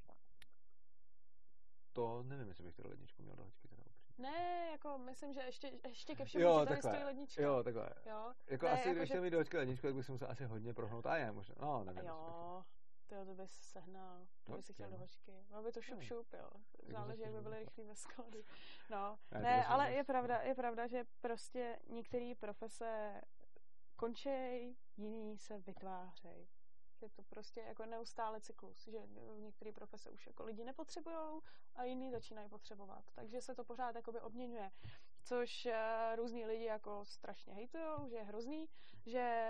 To nevím, jestli bych tu ledničku měl do hoďky. Ne, jako myslím, že ještě ke všemu, že tady stojí lednička. Jo, takhle. Jo? Jako ne, asi, když chtěl mít do hoďky ledničku, tak bych si musel asi hodně prohnout. A je, možná. No, nevím. Jo, to bys sehnal. To bys si chtěl do hoďky. Bylo by to šup, jo. Záleží, jak by byly rychlí ve skladu. No, ne, ale je pravda, že prostě některé profese končí, jiný se vytvářejí. Je to prostě jako neustále cyklus, že některé profese už jako lidi nepotřebujou a jiný začínají potřebovat. Takže se to pořád jakoby obměňuje. Což různý lidi jako strašně hejtujou, že je hrozný, že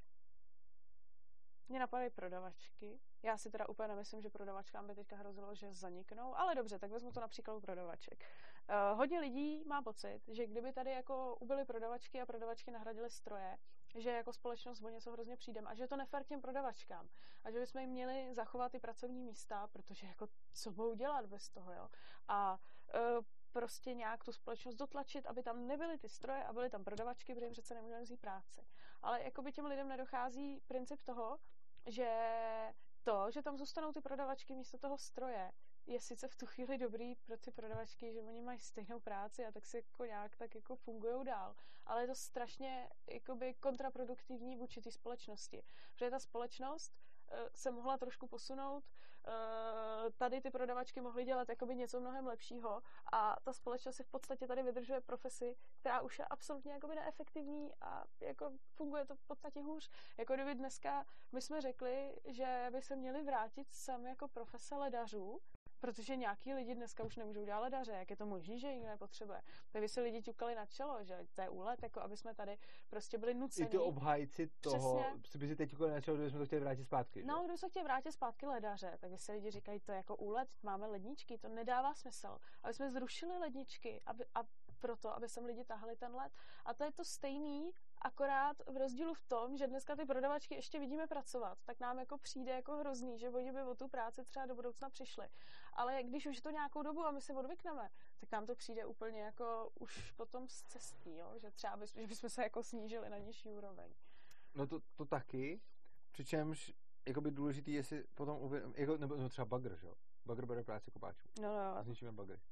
mě napadají prodavačky. Já si teda úplně nemyslím, že prodavačkám by teďka hrozilo, že zaniknou, ale dobře, tak vezmu to například u prodavaček. Hodně lidí má pocit, že kdyby tady jako ubyly prodavačky a prodavačky nahradily stroje, že jako společnost o něco hrozně přijdem a že je to nefér těm prodavačkám a že bychom jim měli zachovat ty pracovní místa, protože jako co budou dělat bez toho, jo. A prostě nějak tu společnost dotlačit, aby tam nebyly ty stroje a byly tam prodavačky, protože jim přece nemůžeme vzít práci. Ale jako by těm lidem nedochází princip toho, že tam zůstanou ty prodavačky místo toho stroje, je sice v tu chvíli dobrý pro ty prodavačky, že oni mají stejnou práci a tak si jako nějak tak jako fungujou dál. Ale je to strašně jakoby kontraproduktivní vůči té společnosti. Protože ta společnost se mohla trošku posunout, tady ty prodavačky mohly dělat jakoby něco mnohem lepšího a ta společnost si v podstatě tady vydržuje profesi, která už je absolutně jakoby neefektivní a jako funguje to v podstatě hůř. Jako kdyby dneska my jsme řekli, že by se měli vrátit sem jako profese ledařů, protože nějaký lidi dneska už nemůžou dělat ledaře, jak je to možné, že jich nepotřebuje. Tak by si lidi ťukali na čelo, že to je úlet, jako aby jsme tady prostě byli nuceni. I to obhájci toho, by si teď ťukali na čelo, kdybychom to chtěli vrátit zpátky. No, kdyby se chtěli vrátit zpátky ledaře, tak by si lidi říkají, to je jako úlet, máme ledničky, to nedává smysl. Aby jsme zrušili ledničky aby sem lidi tahali ten led. A to je to stejný, akorát v rozdílu v tom, že dneska ty prodavačky ještě vidíme pracovat, tak nám jako přijde jako hrozný, že oni by o tu práci třeba do budoucna přišli. Ale když už to nějakou dobu a my si odvykneme, tak nám to přijde úplně jako už potom scestí, jo? Že třeba že bychom se jako snížili na nižší úroveň. No to taky, přičemž jakoby důležitý je si potom nebo třeba bagr, že jo? Bagr bere práci kopáčů. No. A zničíme bagry.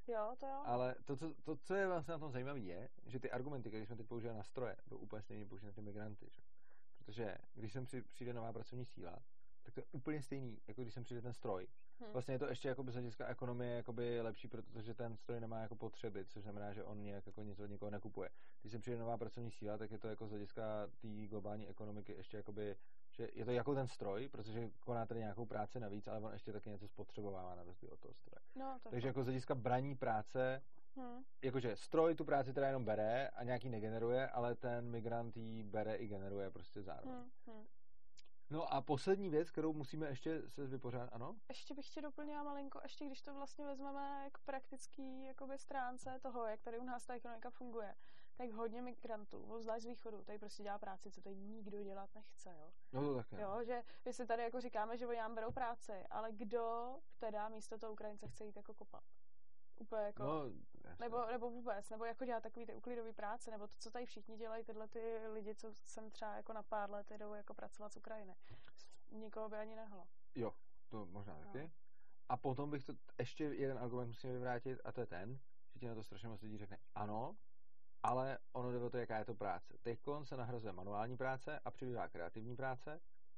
Jo, to jo. Ale co je vlastně na tom zajímavé, je, že ty argumenty, které jsme teď používali na stroje, jdou úplně stejně použít na ty migranty. Že? Protože když sem přijde nová pracovní síla, tak to je úplně stejný, jako když sem přijde ten stroj. Vlastně je to ještě jako z hlediska ekonomie jakoby lepší, protože ten stroj nemá jako potřeby, což znamená, že on nějak jako nic od někoho nekupuje. Když sem přijde nová pracovní síla, tak je to jako z hlediska té globální ekonomiky ještě jakoby, že je to jako ten stroj, protože koná tady nějakou práci navíc, ale on ještě taky něco spotřebovává na rozdíl od toho stroje. No, takže jako z hlediska braní práce, jakože stroj tu práci teda jenom bere a nějaký negeneruje, ale ten migrant ji bere i generuje prostě zároveň. No a poslední věc, kterou musíme ještě se vypořádat, ano? Ještě bych tě doplnila malinko, ještě když to vlastně vezmeme k praktický jakoby stránce toho, jak tady u nás ta ekonomika funguje, tak hodně migrantů, zvlášť z východu, tady prostě dělá práci, co tady nikdo dělat nechce, jo. No to také. Jo, že my si tady jako říkáme, že oni nám berou práci, ale kdo teda místo toho Ukrajince chce jít jako kopat? Úplně jako, no, nebo vůbec, nebo jako dělat takový ty uklidový práce, nebo to, co tady všichni dělají, tyhle ty lidi, co sem třeba jako na pár let jdou jako pracovat z Ukrajiny. Nikoho by ani nehlo. Jo, to možná taky. A potom bych to, ještě jeden argument musím vyvrátit, a to je ten, že ti na to strašně moc lidí řekne ano, ale ono jde o to, jaká je to práce. Teďkon se nahrazuje manuální práce a přibývá kreativní práce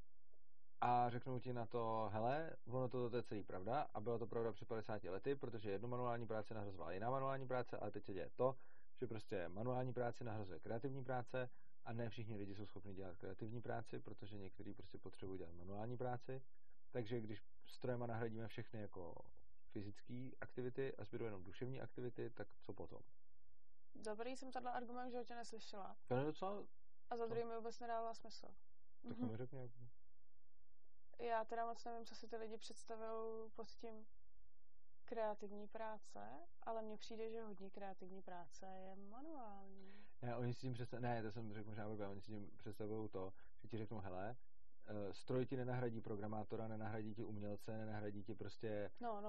a řeknou ti na to, hele, ono to je celý pravda a byla to pravda před 50 lety, protože jednu manuální práci nahrazovala jiná manuální práce, ale teď se děje to, že prostě manuální práci nahrazuje kreativní práce a ne všichni lidi jsou schopni dělat kreativní práci, protože někteří prostě potřebují dělat manuální práci. Takže když strojema nahradíme všechny jako fyzické aktivity a zbydou jenom duševní aktivity, tak co potom? Dobrý, jsem tenhle argument v životě neslyšela. To je docela... A za druhý mi vůbec nedává smysl. Tak mi řekni. Já teda moc nevím, co si ty lidi představují pod tím kreativní práce, ale mně přijde, že hodně kreativní práce je manuální. Ne, oni si tím představují, to jsem řekl možná blbě, oni si tím představují to, že ti řeknou, hele, stroj ti nenahradí programátora, nenahradí ti umělce, nenahradí ti prostě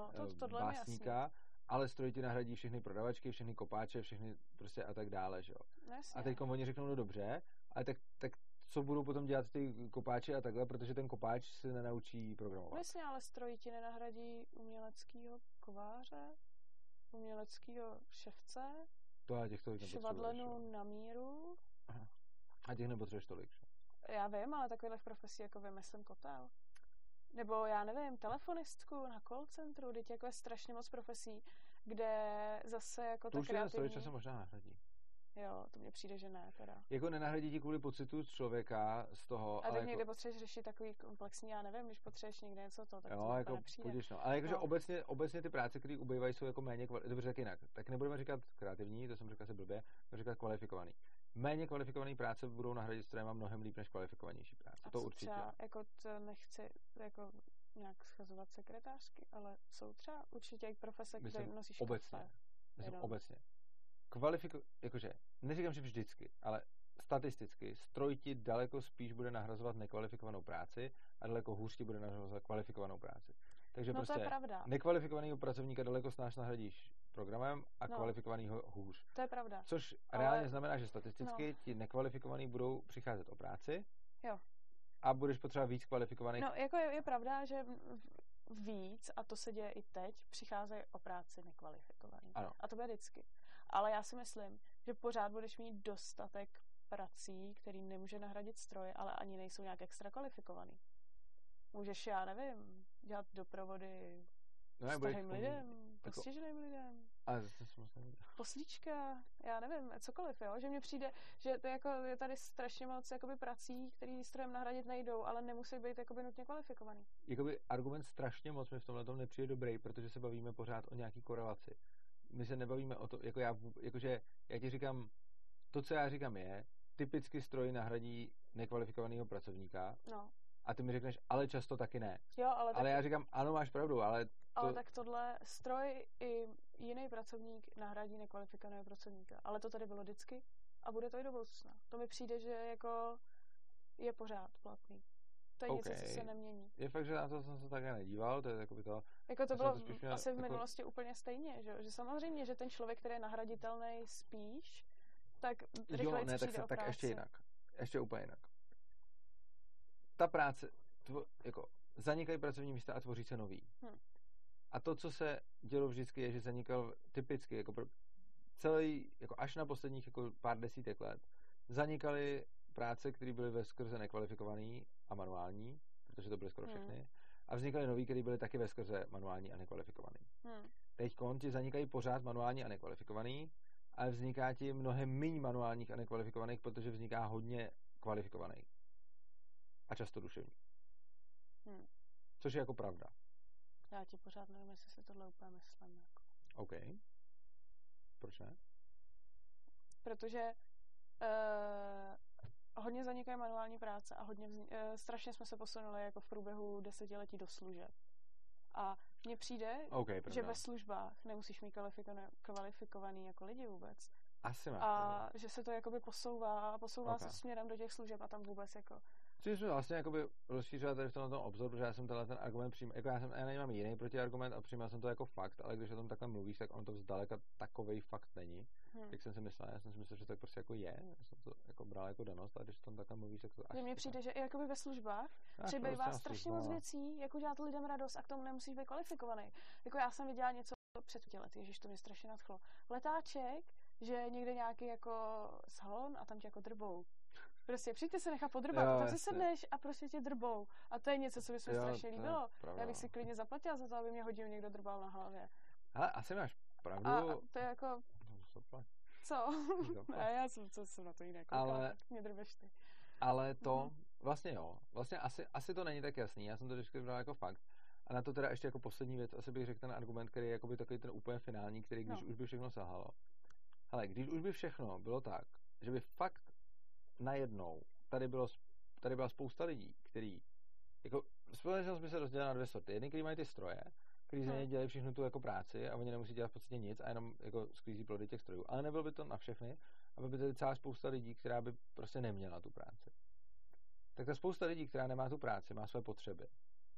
básníka, ale stroj ti nahradí všechny prodavačky, všechny kopáče, všechny prostě a tak dále, že jo. Jasně. A teď oni řeknou, no dobře, ale tak co budou potom dělat ty kopáči a takhle, protože ten kopáč se nenaučí programovat. Jasně, ale stroj ti nenahradí uměleckýho kováře, uměleckýho ševce, to a těch tolik švadlenu na míru. Aha. A těch nepotřebuješ tolik, že? Já vím, ale takových profesí jako vymyslím kotel. Nebo já nevím, telefonistku na call centru, teď jako je strašně moc profesí, kde zase jako to ta kreativní... To už se možná nahradí. Jo, to mně přijde, že ne, teda. Jako nenahradí ti kvůli pocitu člověka z toho, ale tak jako... někde potřebuješ řešit takový komplexní, já nevím, když potřebuješ někde něco to, tak jo, to jako nepřijde. půjdeš, no. Ale jakože obecně ty práce, které ubývají, jsou jako méně dobře, tak jinak. Tak nebudeme říkat kreativní, to jsem říkal se blbě, budeme říkat kvalifikovaný. Méně kvalifikované práce budou nahradit strojema mnohem líp než kvalifikovanější práce. A to určitě. Třeba, jako to nechci jako nějak schazovat sekretářky, ale jsou třeba určitě i profese, které nosíš obecně. Obecně. Jakože, neříkám, že vždycky, ale statisticky stroj ti daleko spíš bude nahrazovat nekvalifikovanou práci a daleko hůř ti bude nahrazovat kvalifikovanou práci. Takže no, prostě nekvalifikovaného pracovníka daleko snáš nahradíš programem a kvalifikovanýho hůř. To je pravda. Což reálně znamená, že statisticky ti nekvalifikovaní budou přicházet o práci. Jo. A budeš potřebovat víc kvalifikovaných. No, jako je pravda, že víc, a to se děje i teď, přicházejí o práci nekvalifikovaný. Ano. A to bude vždycky. Ale já si myslím, že pořád budeš mít dostatek prací, který nemůže nahradit stroj, ale ani nejsou nějak extra kvalifikovaný. Můžeš, já nevím, dělat doprovody starým lidem, postiženým lidem. Ale zase jsem moc neviděl. Poslíčka, já nevím, cokoliv, jo? Že mně přijde, že to jako je tady strašně moc jakoby prací, který strojem nahradit nejdou, ale nemusí být jakoby nutně kvalifikovaný. Jakoby argument strašně moc mi v tomhle tom nepřijde dobrý, protože se bavíme pořád o nějaký korelaci. My se nebavíme o to, jakože já ti říkám, to, co já říkám je, typicky stroj nahradí nekvalifikovaného pracovníka. No. A ty mi řekneš, ale často taky ne. Jo, ale taky... já říkám, ano, máš pravdu, ale... Ale tak tohle stroj i jiný pracovník nahradí nekvalifikovaného pracovníka. Ale to tady bylo vždycky a bude to i do budoucna. To mi přijde, že jako je pořád platný. To je něco, co se nemění. Je fakt, že na to jsem se takhle nedíval, to je takový to... Jako to bylo asi v minulosti úplně stejně, že samozřejmě, že ten člověk, který je nahraditelný spíš, tak rychleji přijde o práci. Tak ještě jinak. Ještě úplně jinak. Ta práce, jako zanikají pracovní místa a tvoří se nový. A to, co se dělo vždycky, je, že zanikal typicky, jako celý, jako až na posledních jako pár desítek let, zanikaly práce, které byly veskrze nekvalifikované a manuální, protože to byly skoro všechny, a vznikaly nový, které byly taky veskrze manuální a nekvalifikované. Teď ti zanikají pořád manuální a nekvalifikovaný, ale vzniká ti mnohem méně manuálních a nekvalifikovaných, protože vzniká hodně kvalifikovaných. A často duševních. Což je jako pravda. Já ti pořád nevím, jestli si tohle úplně myslím. Jako. OK. Proč ne? Protože hodně zanikají manuální práce a strašně jsme se posunuli jako v průběhu desetiletí do služeb. A mně přijde, že ve službách nemusíš mít kvalifikovaný jako lidi vůbec. Asi máš. A že se to jakoby posouvá se směrem do těch služeb a tam vůbec jako... Což jsme vlastně jakoby rozšířili tady v tomhle obzoru, protože já jsem ten argument přijímal, jako já nemám jiný protiargument a přijímal jsem to jako fakt, ale když o tom takhle mluvíš, tak on to zdaleka takovej fakt není. Jak jsem si myslel, že to tak prostě jako je, já jsem to jako bral jako danost, a když o tom takhle mluvíš, tak to až... Mně přijde, že i jakoby ve službách přibývá strašně moc věcí, jako dělat lidem radost a k tomu nemusíš být kvalifikovaný. Jako já jsem viděla něco před 5 lety, ježiš, to mě strašně nadchlo. Letáček, že někde nějaký jako salon a tam tě jako drbou. Prostě přijďte se nechat podrbat, tam si sedneš a prostě tě drbou. A to je něco, co by se strašně líbilo. Já bych si klidně zaplatila za to, aby mě hodinu někdo drbal na hlavě. Ale asi máš pravdu. A to je jako... Co? Ne, já jsem na to jiné koukala, mě drbeš ty. Ale to, vlastně jo. Vlastně asi to není tak jasný. Já jsem to vždycky bral jako fakt. A na to teda ještě jako poslední věc, asi bych řekl ten argument, který je jakoby takový ten úplně finální, který když už by všechno sahalo. Hele, když už by všechno bylo tak, že by fakt najednou tady byla spousta lidí, který jako společnost by se rozdělila na 2 sorty. Jedni, kteří mají ty stroje, kteří za ně dělají všechnu tu jako práci a oni nemusí dělat v podstatě nic a jenom jako sklízí plody těch strojů. Ale nebylo by to na všechny, aby by tady celá spousta lidí, která by prostě neměla tu práci. Tak ta spousta lidí, která nemá tu práci, má své potřeby.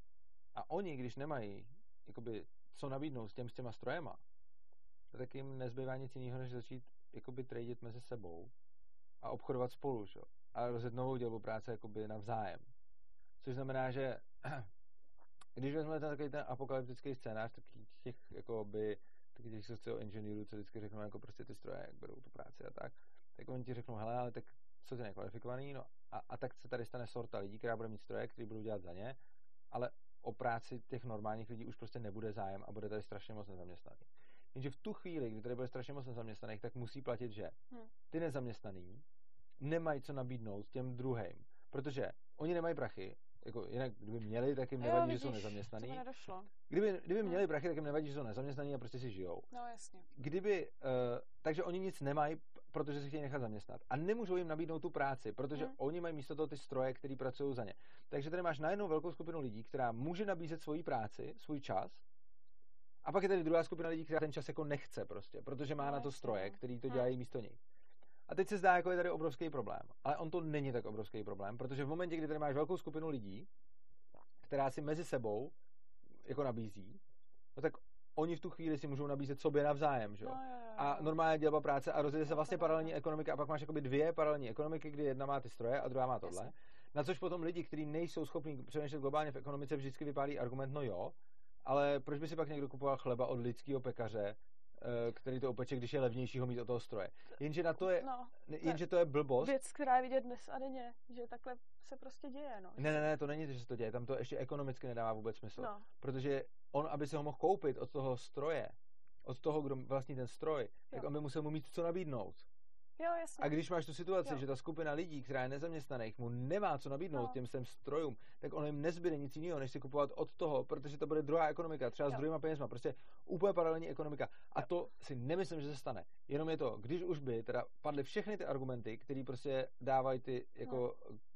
A oni, když nemají jakoby, co nabídnout s těma strojema, tak jim nezbývá nic jiného, než začít jakoby tradit mezi sebou a obchodovat spolu, že? A rozjet novou dělbu práce jakoby navzájem. Což znamená, že když vezmeme takový ten apokalyptický scénář těch jakoby těch socioinženýrů, co vždycky řeknou jako prostě ty stroje, jak berou tu práci a tak oni ti řeknou, hele, ale tak jsou ty nekvalifikovaný, no a tak se tady stane sorta lidí, která bude mít stroje, který budou dělat za ně, ale o práci těch normálních lidí už prostě nebude zájem a bude tady strašně moc nezaměstnaných. Jenže v tu chvíli, kdy tady bude strašně moc nezaměstnaných, tak musí platit, že ty nezaměstnaný nemají co nabídnout těm druhým, protože oni nemají prachy, jako jinak kdyby měli, tak jim nevadí, že jsou nezaměstnaný. Kdyby měli prachy, tak jim nevadí, že jsou nezaměstnaný a prostě si žijou. No jasně. Takže oni nic nemají, protože si chtějí nechat zaměstnat. A nemůžou jim nabídnout tu práci, protože oni mají místo toho ty stroje, který pracují za ně. Takže tady máš najednou velkou skupinu lidí, která může nabízet svoji práci, svůj čas. A pak je tady druhá skupina lidí, která ten čas jako nechce prostě, protože má na to stroje, který to dělají místo nich. A teď se zdá, jako je tady obrovský problém. Ale on to není tak obrovský problém, protože v momentě, kdy tady máš velkou skupinu lidí, která si mezi sebou jako nabízí, no tak oni v tu chvíli si můžou nabízet sobě navzájem, že jo? A normálně dělba práce a rozjede se vlastně paralelní ekonomika a pak máš jakoby 2 paralelní ekonomiky, kdy jedna má ty stroje a druhá má tohle. Jasně. Na což potom lidi, kteří nejsou schopní přemýšlet globálně v ekonomice, vždycky vypálí argument, no jo, ale proč by si pak někdo kupoval chleba od lidského pekaře, který to upeče, když je levnější ho mít od toho stroje. Jenže na to je, jenže to je blbost. Věc, která je vidět dnes a denně, že takhle se prostě děje, no. Ne, to není to, že se to děje, tam to ještě ekonomicky nedává vůbec smysl. No. Protože on, aby se ho mohl koupit od toho stroje, od toho, kdo vlastní ten stroj, tak on by musel mu mít co nabídnout. Jo, jasně. A když máš tu situaci, že ta skupina lidí, která je nezaměstnaných, mu nemá co nabídnout těm svým strojům, tak ono jim nezbyde nic jiného, než si kupovat od toho, protože to bude druhá ekonomika, třeba s druhýma penězma, prostě úplně paralelní ekonomika. A to si nemyslím, že se stane. Jenom je to, když už by teda padly všechny ty argumenty, které prostě dávají ty jako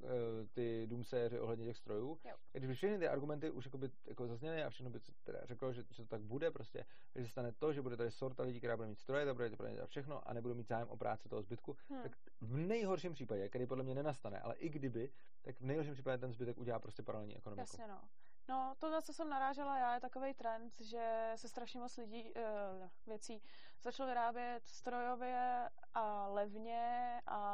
ty doomsayeři ohledně těch strojů, když by všechny ty argumenty už jako zazněly a všechno by teda řeklo, že to tak bude prostě, že se stane to, že bude tady sorta lidí, která bude mít stroje, ta bude dělat všechno a nebude mít zájem o práci toho zbytku, tak v nejhorším případě, který podle mě nenastane, ale i kdyby, tak v nejhorším případě ten zbytek udělá prostě paralelní ekonomiku. Jasně, no. No, to, na co jsem narážela já, je takovej trend, že se strašně moc věcí začalo vyrábět strojově a levně a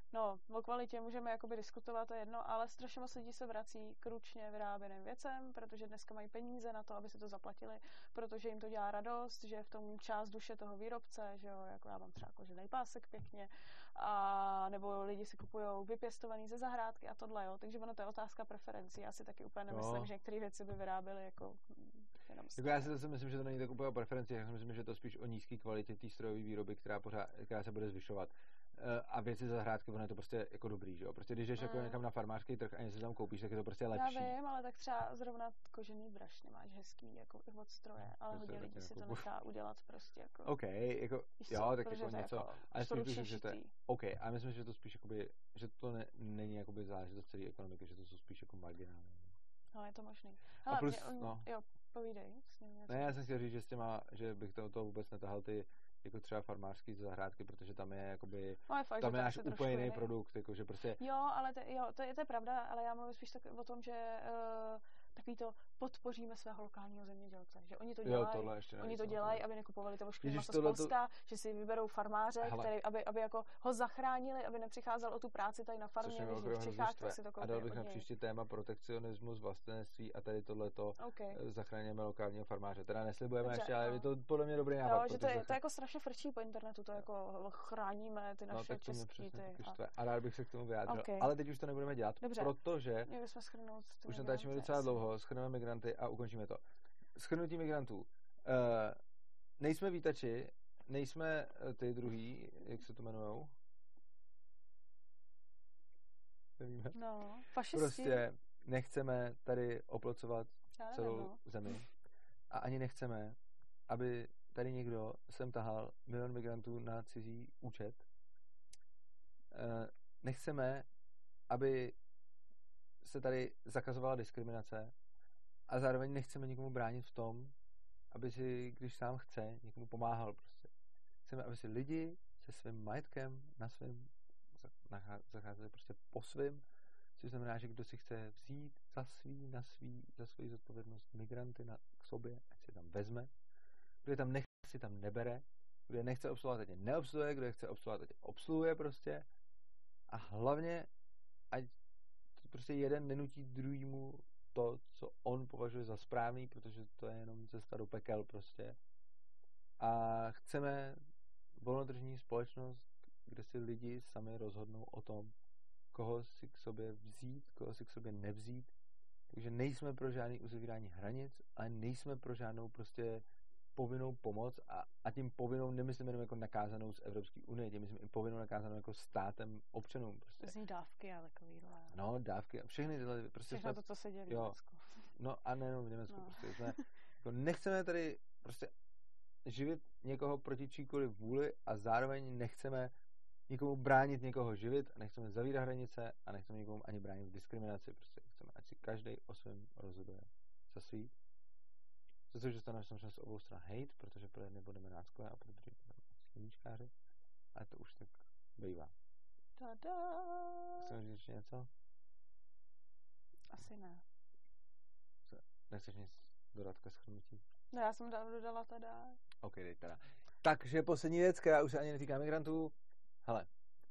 No, o kvalitě můžeme jakoby diskutovat, to je jedno, ale strašně moc lidí se vrací k ručně vyráběným věcem, protože dneska mají peníze na to, aby si to zaplatili, protože jim to dělá radost, že je v tom část duše toho výrobce, že jo, jako já mám třeba kožený pásek pěkně, a nebo lidi si kupují vypěstovaný ze zahrádky a tohle, jo, takže ono to je otázka preferencí. Já si taky úplně nemyslím, že některé věci by vyráběly jako jenom jako já si zase myslím, že to není tak úplně o preferenci, já si myslím, že to spíš o nízké kvalitě té strojové výroby, která se bude zvyšovat. A věci za zahrádky, ono je to prostě jako dobrý, že jo? Prostě když jdeš jako někam na farmářský trh a něco tam koupíš, tak je to prostě lepší. Já vím, ale tak třeba zrovna kožený brašně máš hezký, jako i od stroje, ale hodně lidí si to nechá udělat prostě jako. OK, jako, jo, tak jako něco. Jako ale spíš myslím, že to je, OK, a myslím, že to spíš jakoby, že to není jakoby záležitost celé ekonomiky, že to jsou spíš jako marginální. Ale je to možný. Hele, a plus, jo, povídej. Ne, já jsem chtěl říct, že bych to vůbec netahal ty jako třeba farmářský zahrádky, protože tam je jakoby, fakt, tam je až úplně jiný produkt, jako že prostě. Jo, ale to je pravda, ale já mluvím spíš tak o tom, že takový to podpoříme svého lokálního zemědělce, že oni to dělají, aby nekupovali to ošklivý maso z Polska, že si vyberou farmáře, který, aby jako ho zachránili, aby nepřicházel o tu práci tady na farmě, v Čechách, tak si to koupí. A dal bych na příští téma protekcionismus, vlastenectví a tady tohleto zachráníme lokálního farmáře. Teda neslibujeme ještě, ale je to podle mě dobrý nápad. Jo, že to je jako strašně frčí po internetu, to jako chráníme ty naše český ty. A rád bych se k tomu vyjádřil, ale teď už to nebudeme dělat, protože už natáčíme docela dlouho, shrneme migranty a ukončíme to. Shrnutí migrantů. Nejsme vítači, nejsme ty druhý, jak se to jmenujou? Nevíme. No, fašisti. Prostě nechceme tady oplocovat celou zemi. A ani nechceme, aby tady někdo sem tahal milion migrantů na cizí účet. Nechceme, aby se tady zakazovala diskriminace a zároveň nechceme nikomu bránit v tom, aby si, když sám chce, někomu pomáhal prostě. Chceme, aby si lidi se svým majetkem na svým zacházeli prostě po svým, což znamená, že kdo si chce vzít za svoji zodpovědnost migranty k sobě, ať si tam vezme, kdo je tam nechce, si tam nebere, kdo je nechce obsluhovat, ať je neobsluhuje, kdo je chce obsluhovat, ať je obsluhuje prostě a hlavně, ať prostě jeden nenutí druhýmu to, co on považuje za správný, protože to je jenom cesta do pekel prostě. A chceme volnotržní společnost, kde si lidi sami rozhodnou o tom, koho si k sobě vzít, koho si k sobě nevzít. Takže nejsme pro žádný uzavírání hranic, ale nejsme pro žádnou prostě povinnou pomoc a tím povinnou nemyslím jenom jako nakázanou z Evropské unie, tím myslím i povinnou nakázanou jako státem občanům. Prostě. Zní dávky a takovýhle. No, dávky. Všechny tyhle. Prostě všechno to, co se děje v Německu. No a nejenom v Německu. No. Prostě jsme, jako nechceme tady prostě živit někoho proti číkoliv vůli a zároveň nechceme nikomu bránit někoho živit a nechceme zavírat hranice a nechceme nikomu ani bránit v diskriminaci. Prostě chceme, ať si každý o svém rozhoduje za svý. Protože dostaneme samozřejmě z obou stran hate, protože pro jedny budeme náckové a pro druhé budeme sluníčkáři. Ale to už tak bývá. Tada! Chceš říct ještě něco? Asi ne. Nechceš nic dodat ke shrnutí? No já jsem dodala teda. OK, dej teda. Takže poslední věc, která už se ani netýká migrantů. Hele,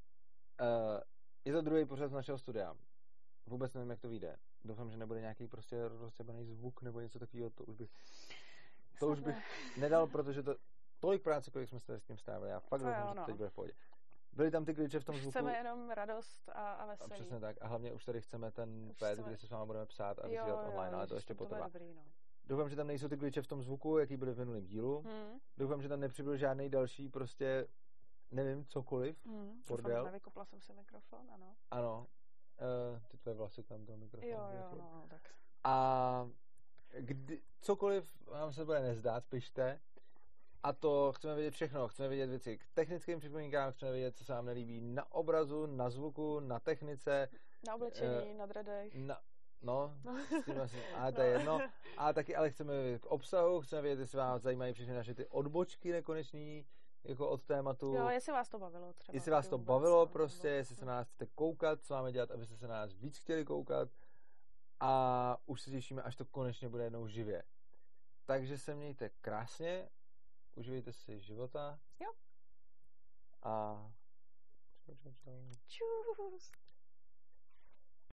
je to druhý pořad z našeho studia. Vůbec nevím, jak to vyjde. Doufám, že nebude nějaký prostě rozcebaný zvuk nebo něco takového. To už bych nedal, protože to tolik práce, kolik jsme se s tím strávili. Já fakt doufám, že to teď bude v pohodě. Byly tam ty klíče v tom zvuku. Chceme jenom radost a veselí. A přesně tak. A hlavně už tady chceme ten pad, kdy se s váma budeme psát a vysílat online, ale to ještě potrvá. Doufám, že tam nejsou ty klíče v tom zvuku, jaký byly v minulém dílu. Doufám, že tam nepřibyl žádný další prostě nevím, cokoliv. Bordel. Nevykopla jsem si mikrofon, ano. Ano. Ty tvoje vlasy tam do mikrofonu. Jo, no, tak. A cokoliv vám se bude nezdát, pište. A to chceme vědět všechno. Chceme vědět věci k technickým připomínkám, chceme vědět, co se vám nelíbí na obrazu, na zvuku, na technice. Na oblečení, na dredech. Ale to je jedno. A taky ale chceme vědět k obsahu, chceme vědět, jestli vás zajímají všechny naše ty odbočky nekonečný, jako od tématu. Jo, jestli vás to bavilo třeba. Jestli vás to bavilo prostě, jestli se na nás chcete koukat, co máme dělat, abyste se na nás víc chtěli koukat. A už se těšíme, až to konečně bude jednou živě. Takže se mějte krásně, uživejte si života. Jo. A... Čau. Čus.